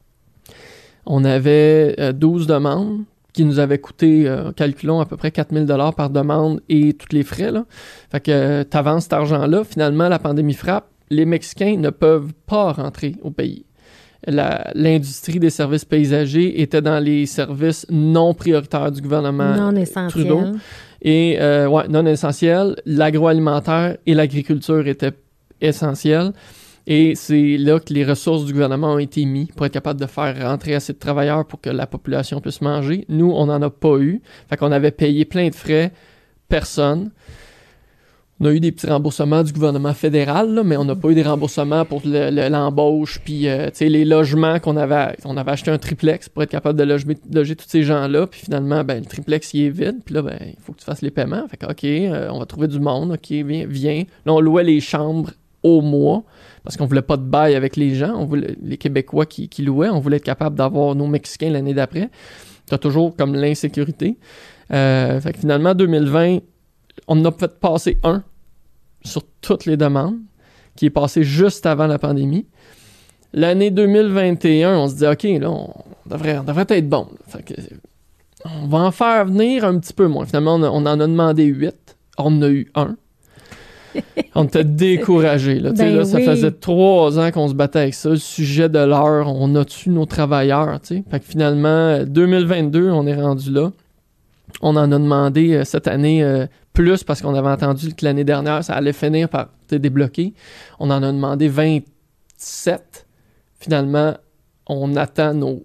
On avait 12 demandes qui nous avaient coûté, calculons, à peu près 4 000 $ par demande et tous les frais. Là. Fait que tu avances cet argent-là. Finalement, la pandémie frappe. Les Mexicains ne peuvent pas rentrer au pays. L'industrie des services paysagers était dans les services non prioritaires du gouvernement Trudeau. Et non essentiels. L'agroalimentaire et l'agriculture étaient essentiels. Et c'est là que les ressources du gouvernement ont été mises pour être capable de faire rentrer assez de travailleurs pour que la population puisse manger. Nous, on n'en a pas eu. Fait qu'on avait payé plein de frais. Personne. On a eu des petits remboursements du gouvernement fédéral, là, mais on n'a pas eu des remboursements pour l'embauche. Puis, les logements qu'on avait... On avait acheté un triplex pour être capable de loger tous ces gens-là. Puis finalement, le triplex, il est vide. Puis là, il faut que tu fasses les paiements. Fait que, OK, on va trouver du monde. OK, viens. Là, on louait les chambres au mois parce qu'on voulait pas de bail avec les gens. On voulait les Québécois qui louaient. On voulait être capable d'avoir nos Mexicains l'année d'après. T'as toujours comme l'insécurité. Fait que finalement, 2020... on en a fait passer un sur toutes les demandes, qui est passé juste avant la pandémie. L'année 2021, on se dit, OK, là, on devrait être bon. Fait que, on va en faire venir un petit peu moins. Finalement, on en a demandé 8. On en a eu un. On était découragés. Là. Ça faisait 3 ans qu'on se battait avec ça. Le sujet de l'heure, on a tué nos travailleurs. T'sais. Fait que finalement, 2022, on est rendu là. On en a demandé cette année plus parce qu'on avait entendu que l'année dernière, ça allait finir par être débloqué. On en a demandé 27. Finalement, on attend nos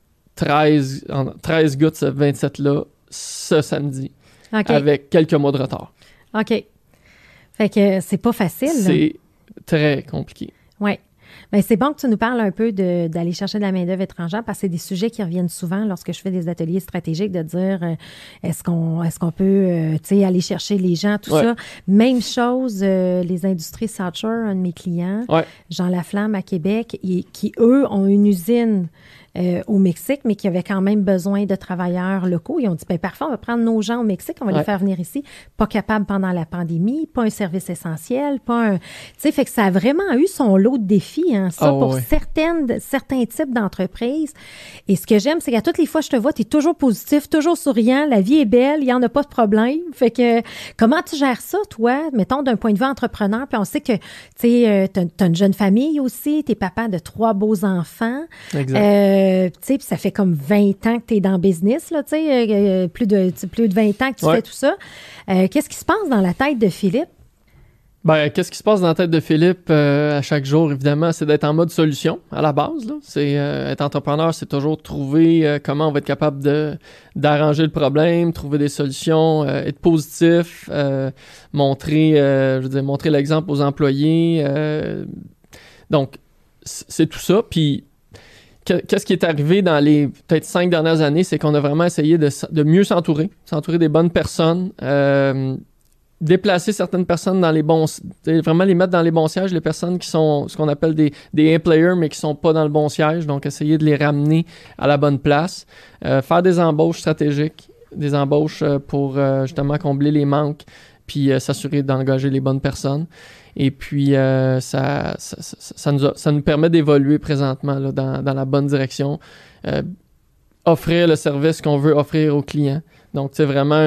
13 gars de ce 27-là ce samedi. Okay. Avec quelques mois de retard.
OK. Fait que c'est pas facile.
C'est très compliqué.
Oui. Bien, c'est bon que tu nous parles un peu d'aller chercher de la main-d'œuvre étrangère parce que c'est des sujets qui reviennent souvent lorsque je fais des ateliers stratégiques de dire est-ce qu'on peut aller chercher les gens, tout ça. Même chose, les industries Satcher, un de mes clients, Jean Laflamme à Québec, qui, eux, ont une usine au Mexique, mais qui avait quand même besoin de travailleurs locaux. Ils ont dit, parfait, on va prendre nos gens au Mexique, on va les faire venir ici. Pas capable pendant la pandémie, pas un service essentiel, pas un... Tu sais, fait que ça a vraiment eu son lot de défis, hein, ça, pour certains types d'entreprises. Et ce que j'aime, c'est qu'à toutes les fois que je te vois, tu es toujours positif, toujours souriant, la vie est belle, il n'y en a pas de problème. Fait que, comment tu gères ça, toi, mettons, d'un point de vue entrepreneur? Puis on sait que, tu sais, t'as une jeune famille aussi, t'es papa de 3 beaux enfants.
Exact.
tu sais, puis ça fait comme 20 ans que tu es dans le business, là, tu sais, plus de 20 ans que tu fais tout ça. Qu'est-ce qui se passe dans la tête de Philippe?
Ben, qu'est-ce qui se passe dans la tête de Philippe à chaque jour, évidemment, c'est d'être en mode solution à la base. Là. C'est être entrepreneur, c'est toujours trouver comment on va être capable d'arranger le problème, trouver des solutions, être positif, montrer l'exemple aux employés. Donc, c'est tout ça. Puis, qu'est-ce qui est arrivé dans les peut-être 5 dernières années, c'est qu'on a vraiment essayé de mieux s'entourer des bonnes personnes. Déplacer certaines personnes dans les bons... Vraiment les mettre dans les bons sièges, les personnes qui sont ce qu'on appelle des A-players, mais qui sont pas dans le bon siège. Donc, essayer de les ramener à la bonne place. Faire des embauches stratégiques, des embauches pour justement combler les manques, puis s'assurer d'engager les bonnes personnes. Et puis, ça nous permet d'évoluer présentement là, dans la bonne direction. Offrir le service qu'on veut offrir aux clients. Donc, c'est vraiment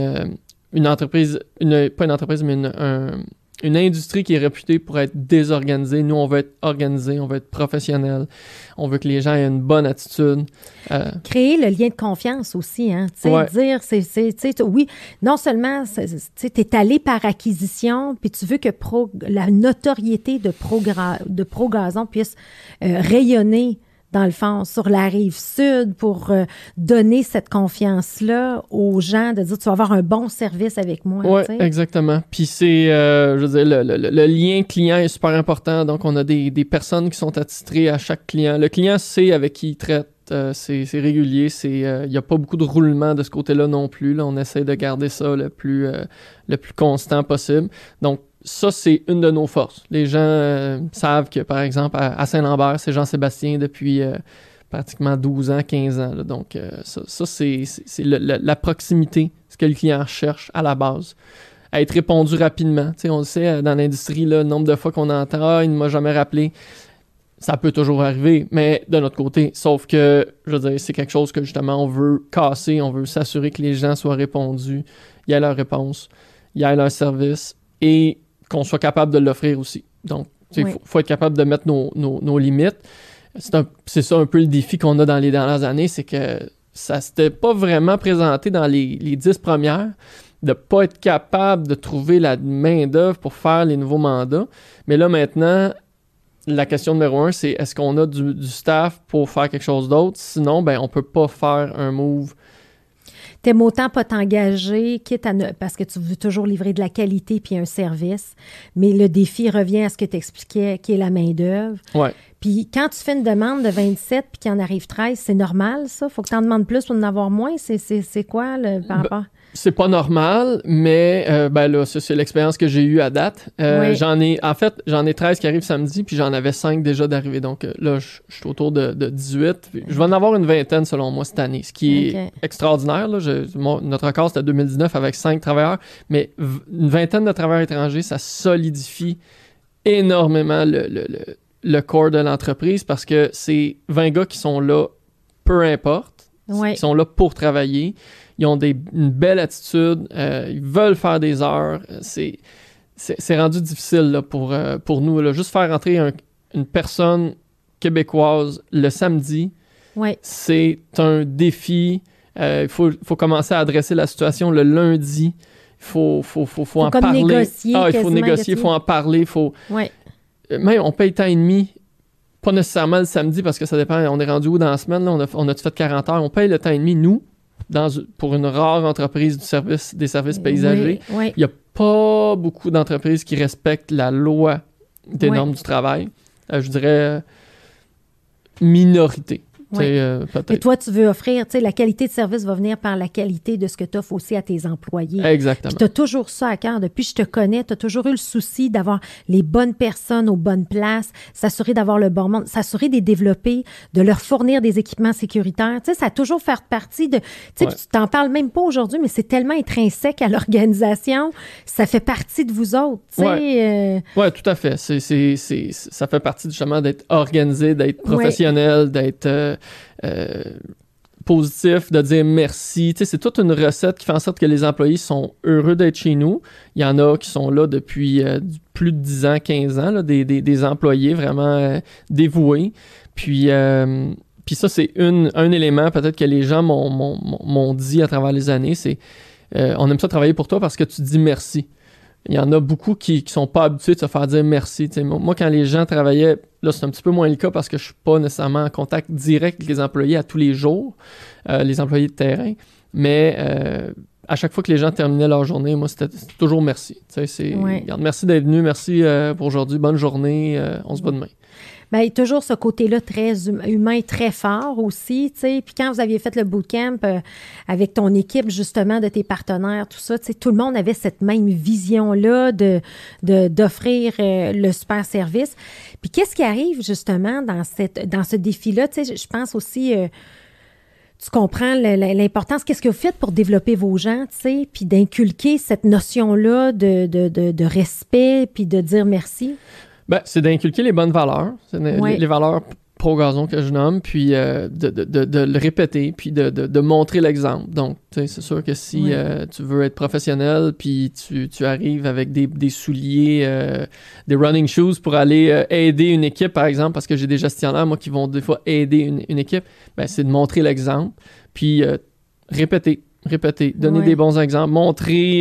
une entreprise, pas une entreprise, mais une industrie qui est réputée pour être désorganisée. Nous, on veut être organisé, on veut être professionnel, on veut que les gens aient une bonne attitude.
Créer le lien de confiance aussi, hein. Tu sais, dire, oui, non seulement, tu sais, t'es allé par acquisition, puis tu veux que la notoriété de ProGazon puisse rayonner dans le fond, sur la rive sud pour donner cette confiance-là aux gens, de dire, tu vas avoir un bon service avec moi.
Oui, exactement. Puis c'est, je veux dire, le lien client est super important. Donc, on a des personnes qui sont attitrées à chaque client. Le client sait avec qui il traite. C'est régulier. Il n'y a pas beaucoup de roulement de ce côté-là non plus. Là, on essaie de garder ça le plus constant possible. Donc, ça, c'est une de nos forces. Les gens savent que, par exemple, à Saint-Lambert, c'est Jean-Sébastien depuis pratiquement 12 ans, 15 ans. Là. Donc, ça c'est la proximité, ce que le client cherche à la base. À être répondu rapidement. Tu sais, on le sait, dans l'industrie, là, le nombre de fois qu'on entend « Ah, il ne m'a jamais rappelé », ça peut toujours arriver, mais de notre côté. Sauf que, je veux dire, c'est quelque chose que, justement, on veut casser. On veut s'assurer que les gens soient répondus, il y ait leur réponse, il y ait leur service et qu'on soit capable de l'offrir aussi. Donc, il faut être capable de mettre nos limites. C'est ça un peu le défi qu'on a dans les dernières années, c'est que ça s'était pas vraiment présenté dans les 10 premières, de pas être capable de trouver la main-d'œuvre pour faire les nouveaux mandats. Mais là, maintenant, la question numéro 1, c'est est-ce qu'on a du staff pour faire quelque chose d'autre? Sinon, ben on peut pas faire un move.
T'aimes autant pas t'engager, parce que tu veux toujours livrer de la qualité puis un service, mais le défi revient à ce que tu expliquais, qui est la main-d'œuvre.
Ouais.
Puis quand tu fais une demande de 27 puis qu'il en arrive 13, c'est normal, ça? Faut que tu en demandes plus pour en avoir moins? C'est quoi par rapport?
C'est pas normal, mais là, ça, c'est l'expérience que j'ai eue à date. J'en ai 13 qui arrivent samedi, puis j'en avais 5 déjà d'arrivée. Donc là, je suis autour de 18. Je vais en avoir une vingtaine, selon moi, cette année, ce qui est extraordinaire. Là. Notre record, c'était 2019 avec 5 travailleurs, mais une vingtaine de travailleurs étrangers, ça solidifie énormément le corps de l'entreprise parce que c'est 20 gars qui sont là, peu importe, qui sont là pour travailler. Ils ont une belle attitude, ils veulent faire des heures. C'est rendu difficile là, pour nous. Là. Juste faire entrer une personne québécoise le samedi, c'est un défi. Il faut commencer à adresser la situation le lundi. Il faut en parler.
Négocier,
il faut négocier, il faut en parler. Même on paye temps et demi. Pas nécessairement le samedi parce que ça dépend. On est rendu où dans la semaine? Là, on a fait 40 heures. On paye le temps et demi, nous. Pour une rare entreprise des services paysagers, il n'y a pas beaucoup d'entreprises qui respectent la loi des normes du travail. Je dirais minorité.
Et toi, tu veux offrir, la qualité de service va venir par la qualité de ce que tu offres aussi à tes employés.
Exactement.
Tu as toujours ça à cœur. Depuis que je te connais, tu as toujours eu le souci d'avoir les bonnes personnes aux bonnes places, s'assurer d'avoir le bon monde, s'assurer de les développer, de leur fournir des équipements sécuritaires. Ça a toujours fait partie de... Tu t'en parles même pas aujourd'hui, mais c'est tellement intrinsèque à l'organisation. Ça fait partie de vous autres.
Oui, tout à fait. Ça fait partie justement d'être organisé, d'être professionnel, d'être... positif, de dire merci. C'est toute une recette qui fait en sorte que les employés sont heureux d'être chez nous. Il y en a qui sont là depuis plus de 10 ans, 15 ans, là, des employés vraiment dévoués. Puis Puis ça, c'est un élément peut-être que les gens m'ont dit à travers les années, c'est on aime ça travailler pour toi parce que tu dis merci. Il y en a beaucoup qui sont pas habitués de se faire dire merci. T'sais, moi, quand les gens travaillaient, là, c'est un petit peu moins le cas parce que je suis pas nécessairement en contact direct avec les employés à tous les jours, les employés de terrain, mais à chaque fois que les gens terminaient leur journée, moi, c'était toujours merci. Regarde, merci d'être venu, merci pour aujourd'hui, bonne journée, on se voit demain.
Bien, toujours ce côté-là très humain, très fort aussi, tu sais. Puis quand vous aviez fait le bootcamp avec ton équipe, justement, de tes partenaires, tout ça, tu sais, tout le monde avait cette même vision-là d'offrir le super service. Puis qu'est-ce qui arrive, justement, dans ce défi-là? Tu sais, je pense aussi... tu comprends l'importance. Qu'est-ce que vous faites pour développer vos gens, tu sais, puis d'inculquer cette notion-là de respect, puis de dire merci? Ben,
c'est d'inculquer les bonnes valeurs, les valeurs pro-gazon que je nomme, puis de le répéter, puis de montrer l'exemple. Donc, tu sais, c'est sûr que si tu veux être professionnel, puis tu arrives avec des souliers, des running shoes pour aller aider une équipe, par exemple, parce que j'ai des gestionnaires, moi, qui vont des fois aider une équipe, ben, c'est de montrer l'exemple, puis répéter, donner des bons exemples, montrer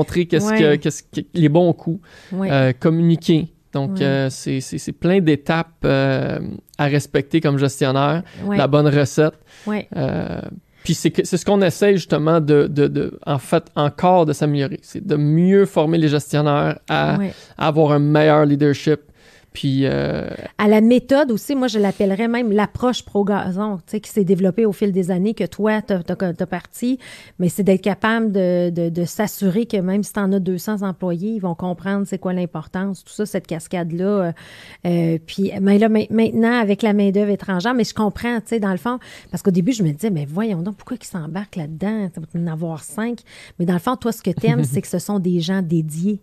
les bons coups, communiquer. Donc, c'est plein d'étapes à respecter comme gestionnaire, la bonne recette. Puis c'est ce qu'on essaie justement en fait, encore de s'améliorer. C'est de mieux former les gestionnaires à avoir un meilleur leadership. Puis,
à la méthode aussi, moi, je l'appellerais même l'approche pro-gazon, tu sais, qui s'est développée au fil des années que toi, t'as parti, mais c'est d'être capable de s'assurer que même si tu en as 200 employés, ils vont comprendre c'est quoi l'importance, tout ça, cette cascade-là. Puis, mais là, maintenant, avec la main-d'œuvre étrangère, mais je comprends, tu sais, dans le fond, parce qu'au début, je me disais, mais voyons donc, pourquoi ils s'embarquent là-dedans? Ça va en avoir 5. Mais dans le fond, toi, ce que tu aimes, c'est que ce sont des gens dédiés.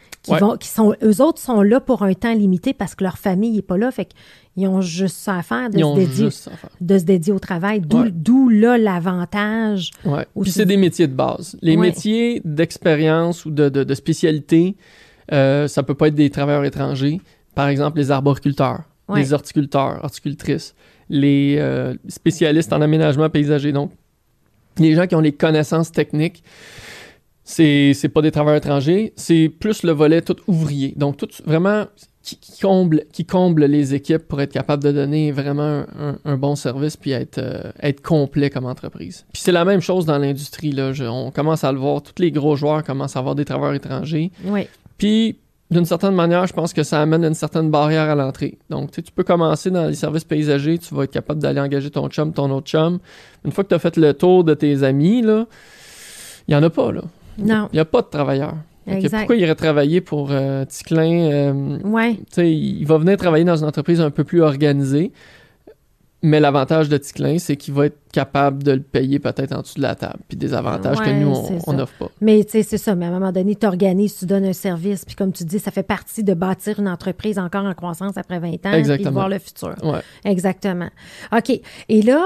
Eux autres sont là pour un temps limité parce que leur famille n'est pas là. Fait qu'ils ont juste ça à faire de se dédier au travail. D'où là l'avantage.
Puis c'est des métiers de base. Les métiers d'expérience ou de spécialité, ça peut pas être des travailleurs étrangers. Par exemple, les arboriculteurs, les horticulteurs, horticultrices, les spécialistes en aménagement paysager. Donc, les gens qui ont les connaissances techniques. C'est pas des travailleurs étrangers, c'est plus le volet tout ouvrier. Donc, tout vraiment qui comble les équipes pour être capable de donner vraiment un bon service puis être complet comme entreprise. Puis c'est la même chose dans l'industrie, là. On commence à le voir, tous les gros joueurs commencent à avoir des travailleurs étrangers. Puis, d'une certaine manière, je pense que ça amène une certaine barrière à l'entrée. Donc, tu peux commencer dans les services paysagers, tu vas être capable d'aller engager ton chum, ton autre chum. Une fois que tu as fait le tour de tes amis, là, il n'y en a pas, là.
Non.
Il n'y a pas de travailleurs. Pourquoi il irait travailler pour Ticlin? Il va venir travailler dans une entreprise un peu plus organisée, mais l'avantage de Ticlin, c'est qu'il va être capable de le payer peut-être en dessous de la table, puis des avantages que nous, on n'offre pas.
Mais tu sais, c'est ça. Mais à un moment donné, tu organises, tu donnes un service, puis comme tu dis, ça fait partie de bâtir une entreprise encore en croissance après 20 ans, puis de voir le futur. Exactement. OK. Et là,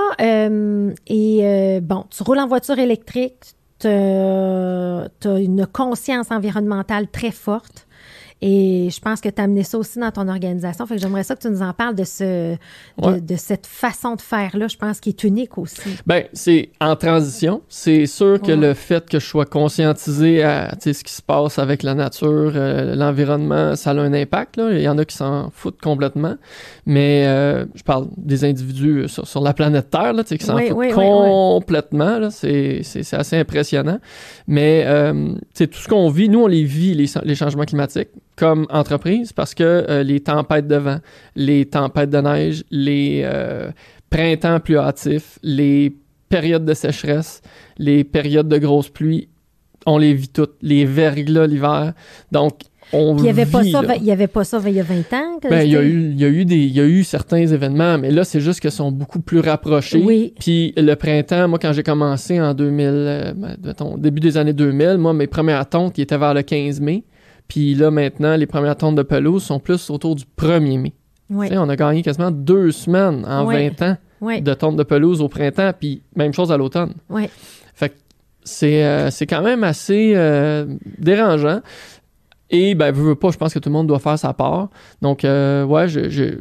bon, tu roules en voiture électrique, tu as une conscience environnementale très forte et je pense que tu as amené ça aussi dans ton organisation. Fait que j'aimerais ça que tu nous en parles de cette façon de faire-là, je pense, qui est unique aussi. Bien,
c'est en transition. C'est sûr que le fait que je sois conscientisé à ce qui se passe avec la nature, l'environnement, ça a un impact. Là. Il y en a qui s'en foutent complètement. Mais je parle des individus sur la planète Terre là, qui s'en foutent complètement. Là. C'est assez impressionnant. Mais tout ce qu'on vit, nous, on les vit, les changements climatiques, comme entreprise, parce que les tempêtes de vent, les tempêtes de neige, les printemps plus hâtifs, les périodes de sécheresse, les périodes de grosses pluies, on les vit toutes. Les verglas l'hiver. Donc, on vit,
il n'y avait pas ça il y a 20 ans?
Il y a eu certains événements, mais là, c'est juste qu'ils sont beaucoup plus rapprochés.
Oui.
Puis le printemps, moi, quand j'ai commencé en 2000, début des années 2000, moi, mes premières tontes, ils étaient vers le 15 mai. Puis là, maintenant, les premières tontes de pelouse sont plus autour du 1er mai. On a gagné quasiment 2 semaines en 20 ans de tontes de pelouse au printemps, puis même chose à l'automne. Fait que c'est quand même assez dérangeant. Et, veux pas, je pense que tout le monde doit faire sa part. Donc,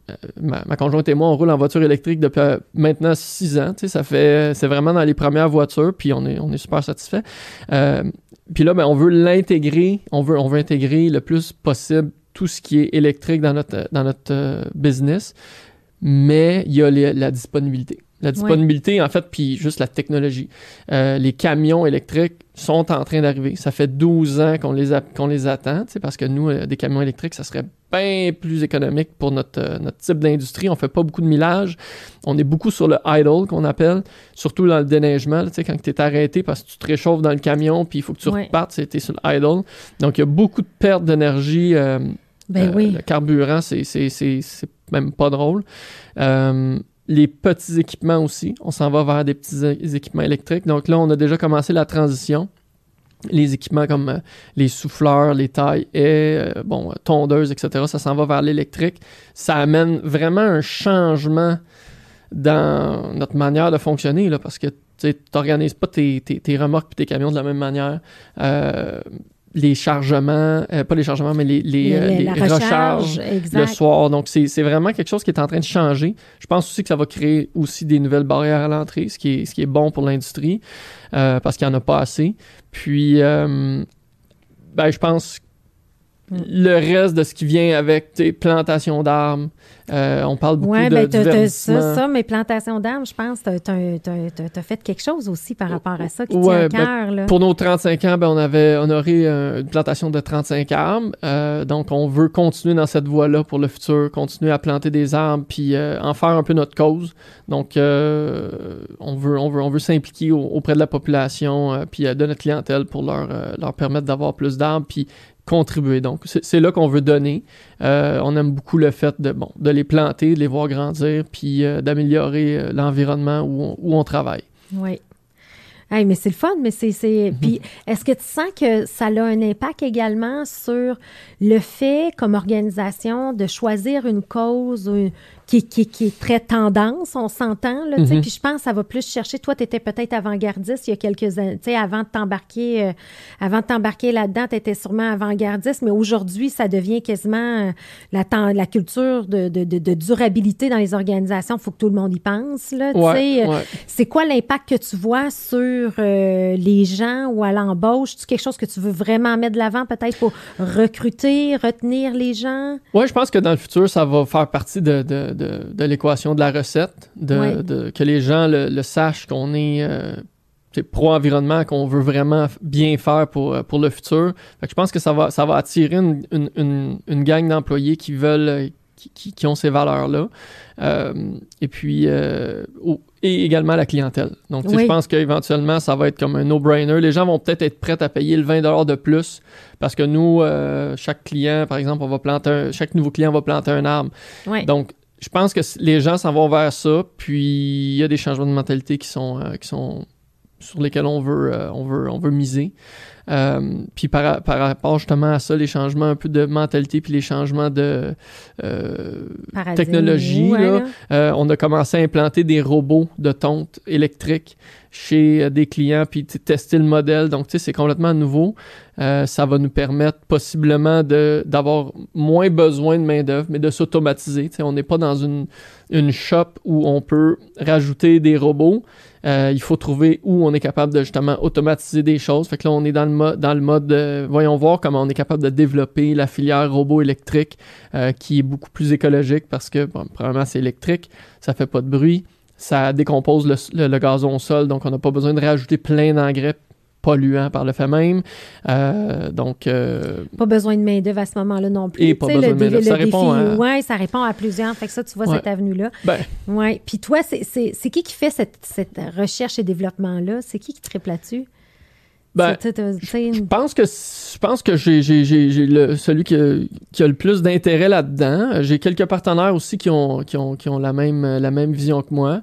ma conjointe et moi, on roule en voiture électrique depuis maintenant 6 ans. C'est vraiment dans les premières voitures, puis on est super satisfait. Puis là, on veut l'intégrer, on veut intégrer le plus possible tout ce qui est électrique dans notre business, mais il y a la disponibilité. La disponibilité, en fait, puis juste la technologie. Les camions électriques sont en train d'arriver. Ça fait 12 ans qu'on les attend, parce que nous, des camions électriques, ça serait bien plus économique pour notre type d'industrie. On fait pas beaucoup de millage. On est beaucoup sur le idle, qu'on appelle, surtout dans le déneigement. Là, quand tu es arrêté parce que tu te réchauffes dans le camion, puis il faut que tu repartes, tu es sur le idle. Donc, il y a beaucoup de pertes d'énergie. Le carburant, c'est même pas drôle. Les petits équipements aussi. On s'en va vers des petits équipements électriques. Donc là, on a déjà commencé la transition. Les équipements comme les souffleurs, les tailles tondeuses, etc., ça s'en va vers l'électrique. Ça amène vraiment un changement dans notre manière de fonctionner, là, parce que tu n'organises pas tes remorques et tes camions de la même manière. Les chargements, pas les chargements, mais les recharges le soir. Donc, c'est vraiment quelque chose qui est en train de changer. Je pense aussi que ça va créer aussi des nouvelles barrières à l'entrée, ce qui est bon pour l'industrie, parce qu'il n'y en a pas assez. Puis, je pense le reste de ce qui vient avec plantation d'arbres. On parle beaucoup de verdissement.
Ça, mais plantation d'arbres, je pense que tu as fait quelque chose aussi par rapport à ça qui tient à cœur. Là.
Pour nos 35 ans, on aurait une plantation de 35 arbres. Donc, on veut continuer dans cette voie-là pour le futur, continuer à planter des arbres puis en faire un peu notre cause. Donc, on veut s'impliquer auprès de la population puis de notre clientèle pour leur permettre d'avoir plus d'arbres puis contribuer. Donc, c'est là qu'on veut donner. On aime beaucoup le fait de les planter, de les voir grandir, puis d'améliorer l'environnement où on travaille.
Oui. Hey, mais c'est le fun, mais Puis, est-ce que tu sens que ça a un impact également sur le fait, comme organisation, de choisir une cause qui est très tendance, on s'entend, là, puis je pense que ça va plus chercher. Toi, tu étais peut-être avant-gardiste il y a quelques années, avant de t'embarquer là-dedans, tu étais sûrement avant-gardiste, mais aujourd'hui, ça devient quasiment la culture de durabilité dans les organisations. Il faut que tout le monde y pense, là, C'est quoi l'impact que tu vois sur les gens ou à l'embauche? C'est quelque chose que tu veux vraiment mettre de l'avant, peut-être pour recruter, retenir les gens?
Oui, je pense que dans le futur, ça va faire partie de l'équation de la recette, que les gens le sachent qu'on est pro-environnement, qu'on veut vraiment bien faire pour le futur. Fait que je pense que ça va attirer une gang d'employés qui veulent qui ont ces valeurs-là. Et puis et également la clientèle. Donc, je pense qu'éventuellement, ça va être comme un no-brainer. Les gens vont peut-être être prêts à payer le 20$ de plus parce que nous, chaque client, par exemple, chaque nouveau client va planter un arbre. Ouais. Donc, je pense que les gens s'en vont vers ça, puis il y a des changements de mentalité qui sont sur lesquels on veut miser. Puis par rapport justement à ça, les changements un peu de mentalité puis les changements de technologie, on a commencé à implanter des robots de tonte électriques chez des clients puis tester le modèle. Donc, c'est complètement nouveau. Ça va nous permettre possiblement d'avoir moins besoin de main-d'œuvre, mais de s'automatiser. On n'est pas dans une shop où on peut rajouter des robots. Il faut trouver où on est capable de justement automatiser des choses. Fait que là, on est dans le mode voyons voir comment on est capable de développer la filière robot électrique qui est beaucoup plus écologique parce que, premièrement, c'est électrique, ça fait pas de bruit, ça décompose le gazon au sol, donc on n'a pas besoin de rajouter plein d'engrais polluants par le fait même.
Pas besoin de main-d'œuvre à ce moment-là non plus.
Et pas besoin de main-d'œuvre. Ça répond à...
Oui, ça répond à plusieurs. Fait que ça, tu vois cette avenue-là. Oui. Puis toi, c'est qui fait cette recherche et développement-là? C'est qui triple là-dessus?
Je pense que j'ai celui qui a le plus d'intérêt là-dedans. J'ai quelques partenaires aussi qui ont la même vision que moi.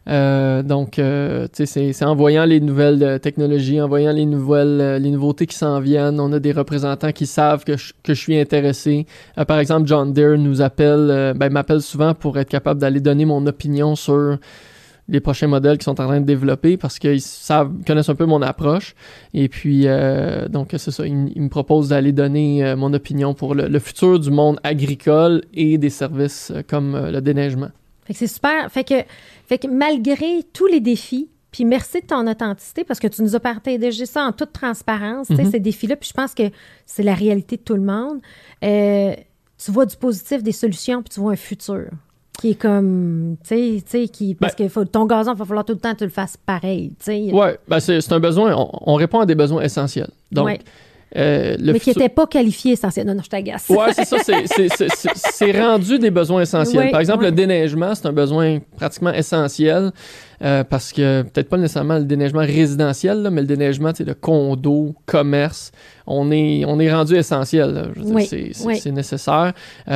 C'est en voyant les nouvelles technologies, en voyant les nouveautés qui s'en viennent. On a des représentants qui savent que je suis intéressé. Par exemple, John Deere m'appelle souvent pour être capable d'aller donner mon opinion sur les prochains modèles qu'ils sont en train de développer parce qu'ils connaissent un peu mon approche. Et puis, donc, c'est ça. Ils me proposent d'aller donner mon opinion pour le futur du monde agricole et des services comme le déneigement.
Fait que c'est super. Fait que malgré tous les défis, puis merci de ton authenticité parce que tu nous as partagé ça en toute transparence, tu sais, ces défis-là. Puis je pense que c'est la réalité de tout le monde. Tu vois du positif, des solutions, puis tu vois un futur qui est comme, tu sais, parce que ton gazon, il va falloir tout le temps que tu le fasses pareil, tu sais.
Oui, c'est un besoin, on répond à des besoins essentiels. Donc,
mais qui n'étaient pas qualifiés essentiels. Non, je t'agace.
Oui, c'est ça, c'est rendu des besoins essentiels. Par exemple, le déneigement, c'est un besoin pratiquement essentiel parce que, peut-être pas nécessairement le déneigement résidentiel, là, mais le déneigement de condos, commerce, on est rendu essentiel. Là. Je veux dire, c'est nécessaire.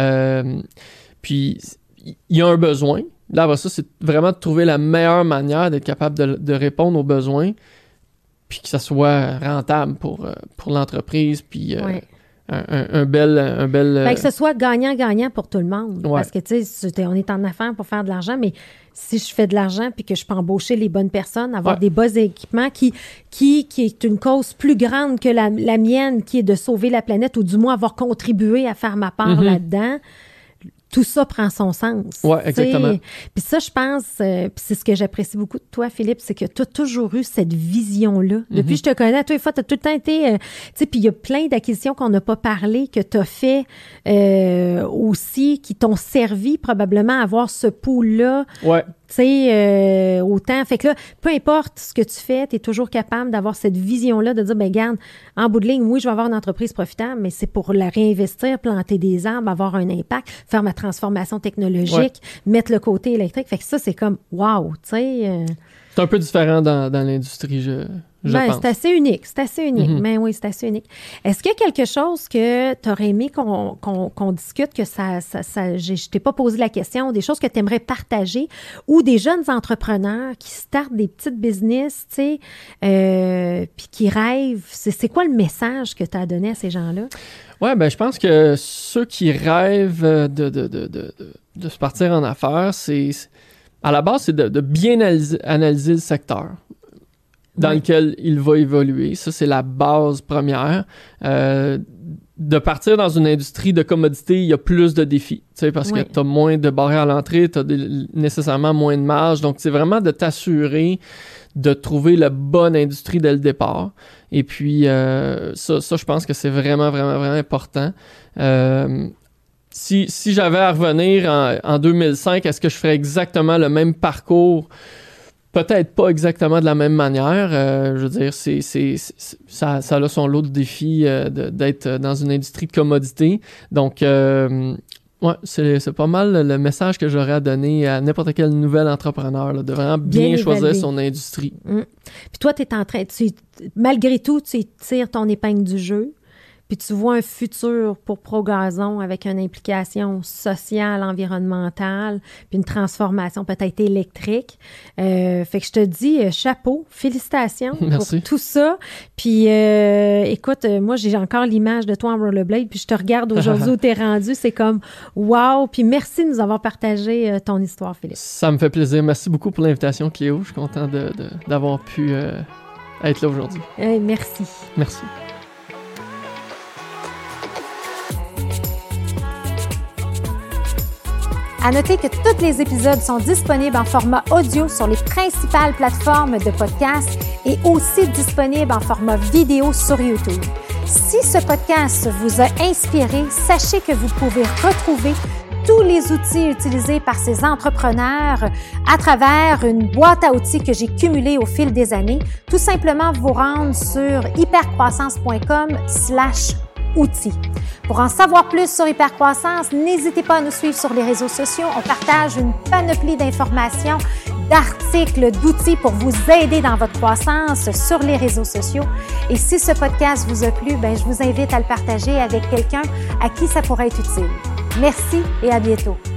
Puis, il y a un besoin. Là, après ça, c'est vraiment de trouver la meilleure manière d'être capable de répondre aux besoins puis que ça soit rentable pour l'entreprise, puis un bel...
que ce soit gagnant-gagnant pour tout le monde. Ouais. Parce que, tu sais, on est en affaires pour faire de l'argent, mais si je fais de l'argent puis que je peux embaucher les bonnes personnes, avoir des bons équipements qui est une cause plus grande que la mienne, qui est de sauver la planète, ou du moins avoir contribué à faire ma part là-dedans, tout ça prend son sens.
Oui, exactement.
Puis ça, je pense, puis c'est ce que j'apprécie beaucoup de toi, Philippe, c'est que tu as toujours eu cette vision-là. Depuis que je te connais, à tous les fois, tu as tout le temps été... tu sais, puis il y a plein d'acquisitions qu'on n'a pas parlé, que tu as fait aussi, qui t'ont servi probablement à avoir ce pool-là.
Ouais.
Tu sais, autant. Fait que là, peu importe ce que tu fais, tu es toujours capable d'avoir cette vision-là, de dire, ben regarde, en bout de ligne, oui, je vais avoir une entreprise profitable, mais c'est pour la réinvestir, planter des arbres, avoir un impact, faire ma transformation technologique, mettre le côté électrique. Fait que ça, c'est comme, wow, tu sais...
C'est un peu différent dans l'industrie, je pense.
C'est assez unique. Mais oui, c'est assez unique. Est-ce qu'il y a quelque chose que tu aurais aimé qu'on discute, que je t'ai pas posé la question, des choses que tu aimerais partager, ou des jeunes entrepreneurs qui startent des petites business, tu sais, puis qui rêvent? C'est quoi le message que tu as donné à ces gens-là?
Oui, je pense que ceux qui rêvent de se partir en affaires, à la base, c'est de bien analyser le secteur dans lequel il va évoluer. Ça, c'est la base première. De partir dans une industrie de commodité, il y a plus de défis, parce que tu as moins de barrières à l'entrée, tu as nécessairement moins de marge. Donc, c'est vraiment de t'assurer de trouver la bonne industrie dès le départ. Et puis, ça, je pense que c'est vraiment, vraiment, vraiment important. Si j'avais à revenir en 2005, est-ce que je ferais exactement le même parcours? Peut-être pas exactement de la même manière. Je veux dire, ça a son lot de défis d'être dans une industrie de commodité. Donc, c'est pas mal le message que j'aurais à donner à n'importe quel nouvel entrepreneur, là, de vraiment bien choisir son industrie.
Puis toi, tu es en train... malgré tout, tu tires ton épingle du jeu. Puis tu vois un futur pour ProGazon avec une implication sociale, environnementale, puis une transformation peut-être électrique. Fait que je te dis chapeau, félicitations pour tout ça. Puis écoute, moi j'ai encore l'image de toi en rollerblade, puis je te regarde aujourd'hui où t'es rendu, c'est comme wow. Puis merci de nous avoir partagé ton histoire, Philippe.
Ça me fait plaisir. Merci beaucoup pour l'invitation, Cléo. Je suis content d'avoir pu être là aujourd'hui.
Merci.
Merci.
À noter que tous les épisodes sont disponibles en format audio sur les principales plateformes de podcast et aussi disponibles en format vidéo sur YouTube. Si ce podcast vous a inspiré, sachez que vous pouvez retrouver tous les outils utilisés par ces entrepreneurs à travers une boîte à outils que j'ai cumulée au fil des années. Tout simplement vous rendre sur hypercroissance.com/outils. Pour en savoir plus sur Hypercroissance, n'hésitez pas à nous suivre sur les réseaux sociaux. On partage une panoplie d'informations, d'articles, d'outils pour vous aider dans votre croissance sur les réseaux sociaux. Et si ce podcast vous a plu, je vous invite à le partager avec quelqu'un à qui ça pourrait être utile. Merci et à bientôt.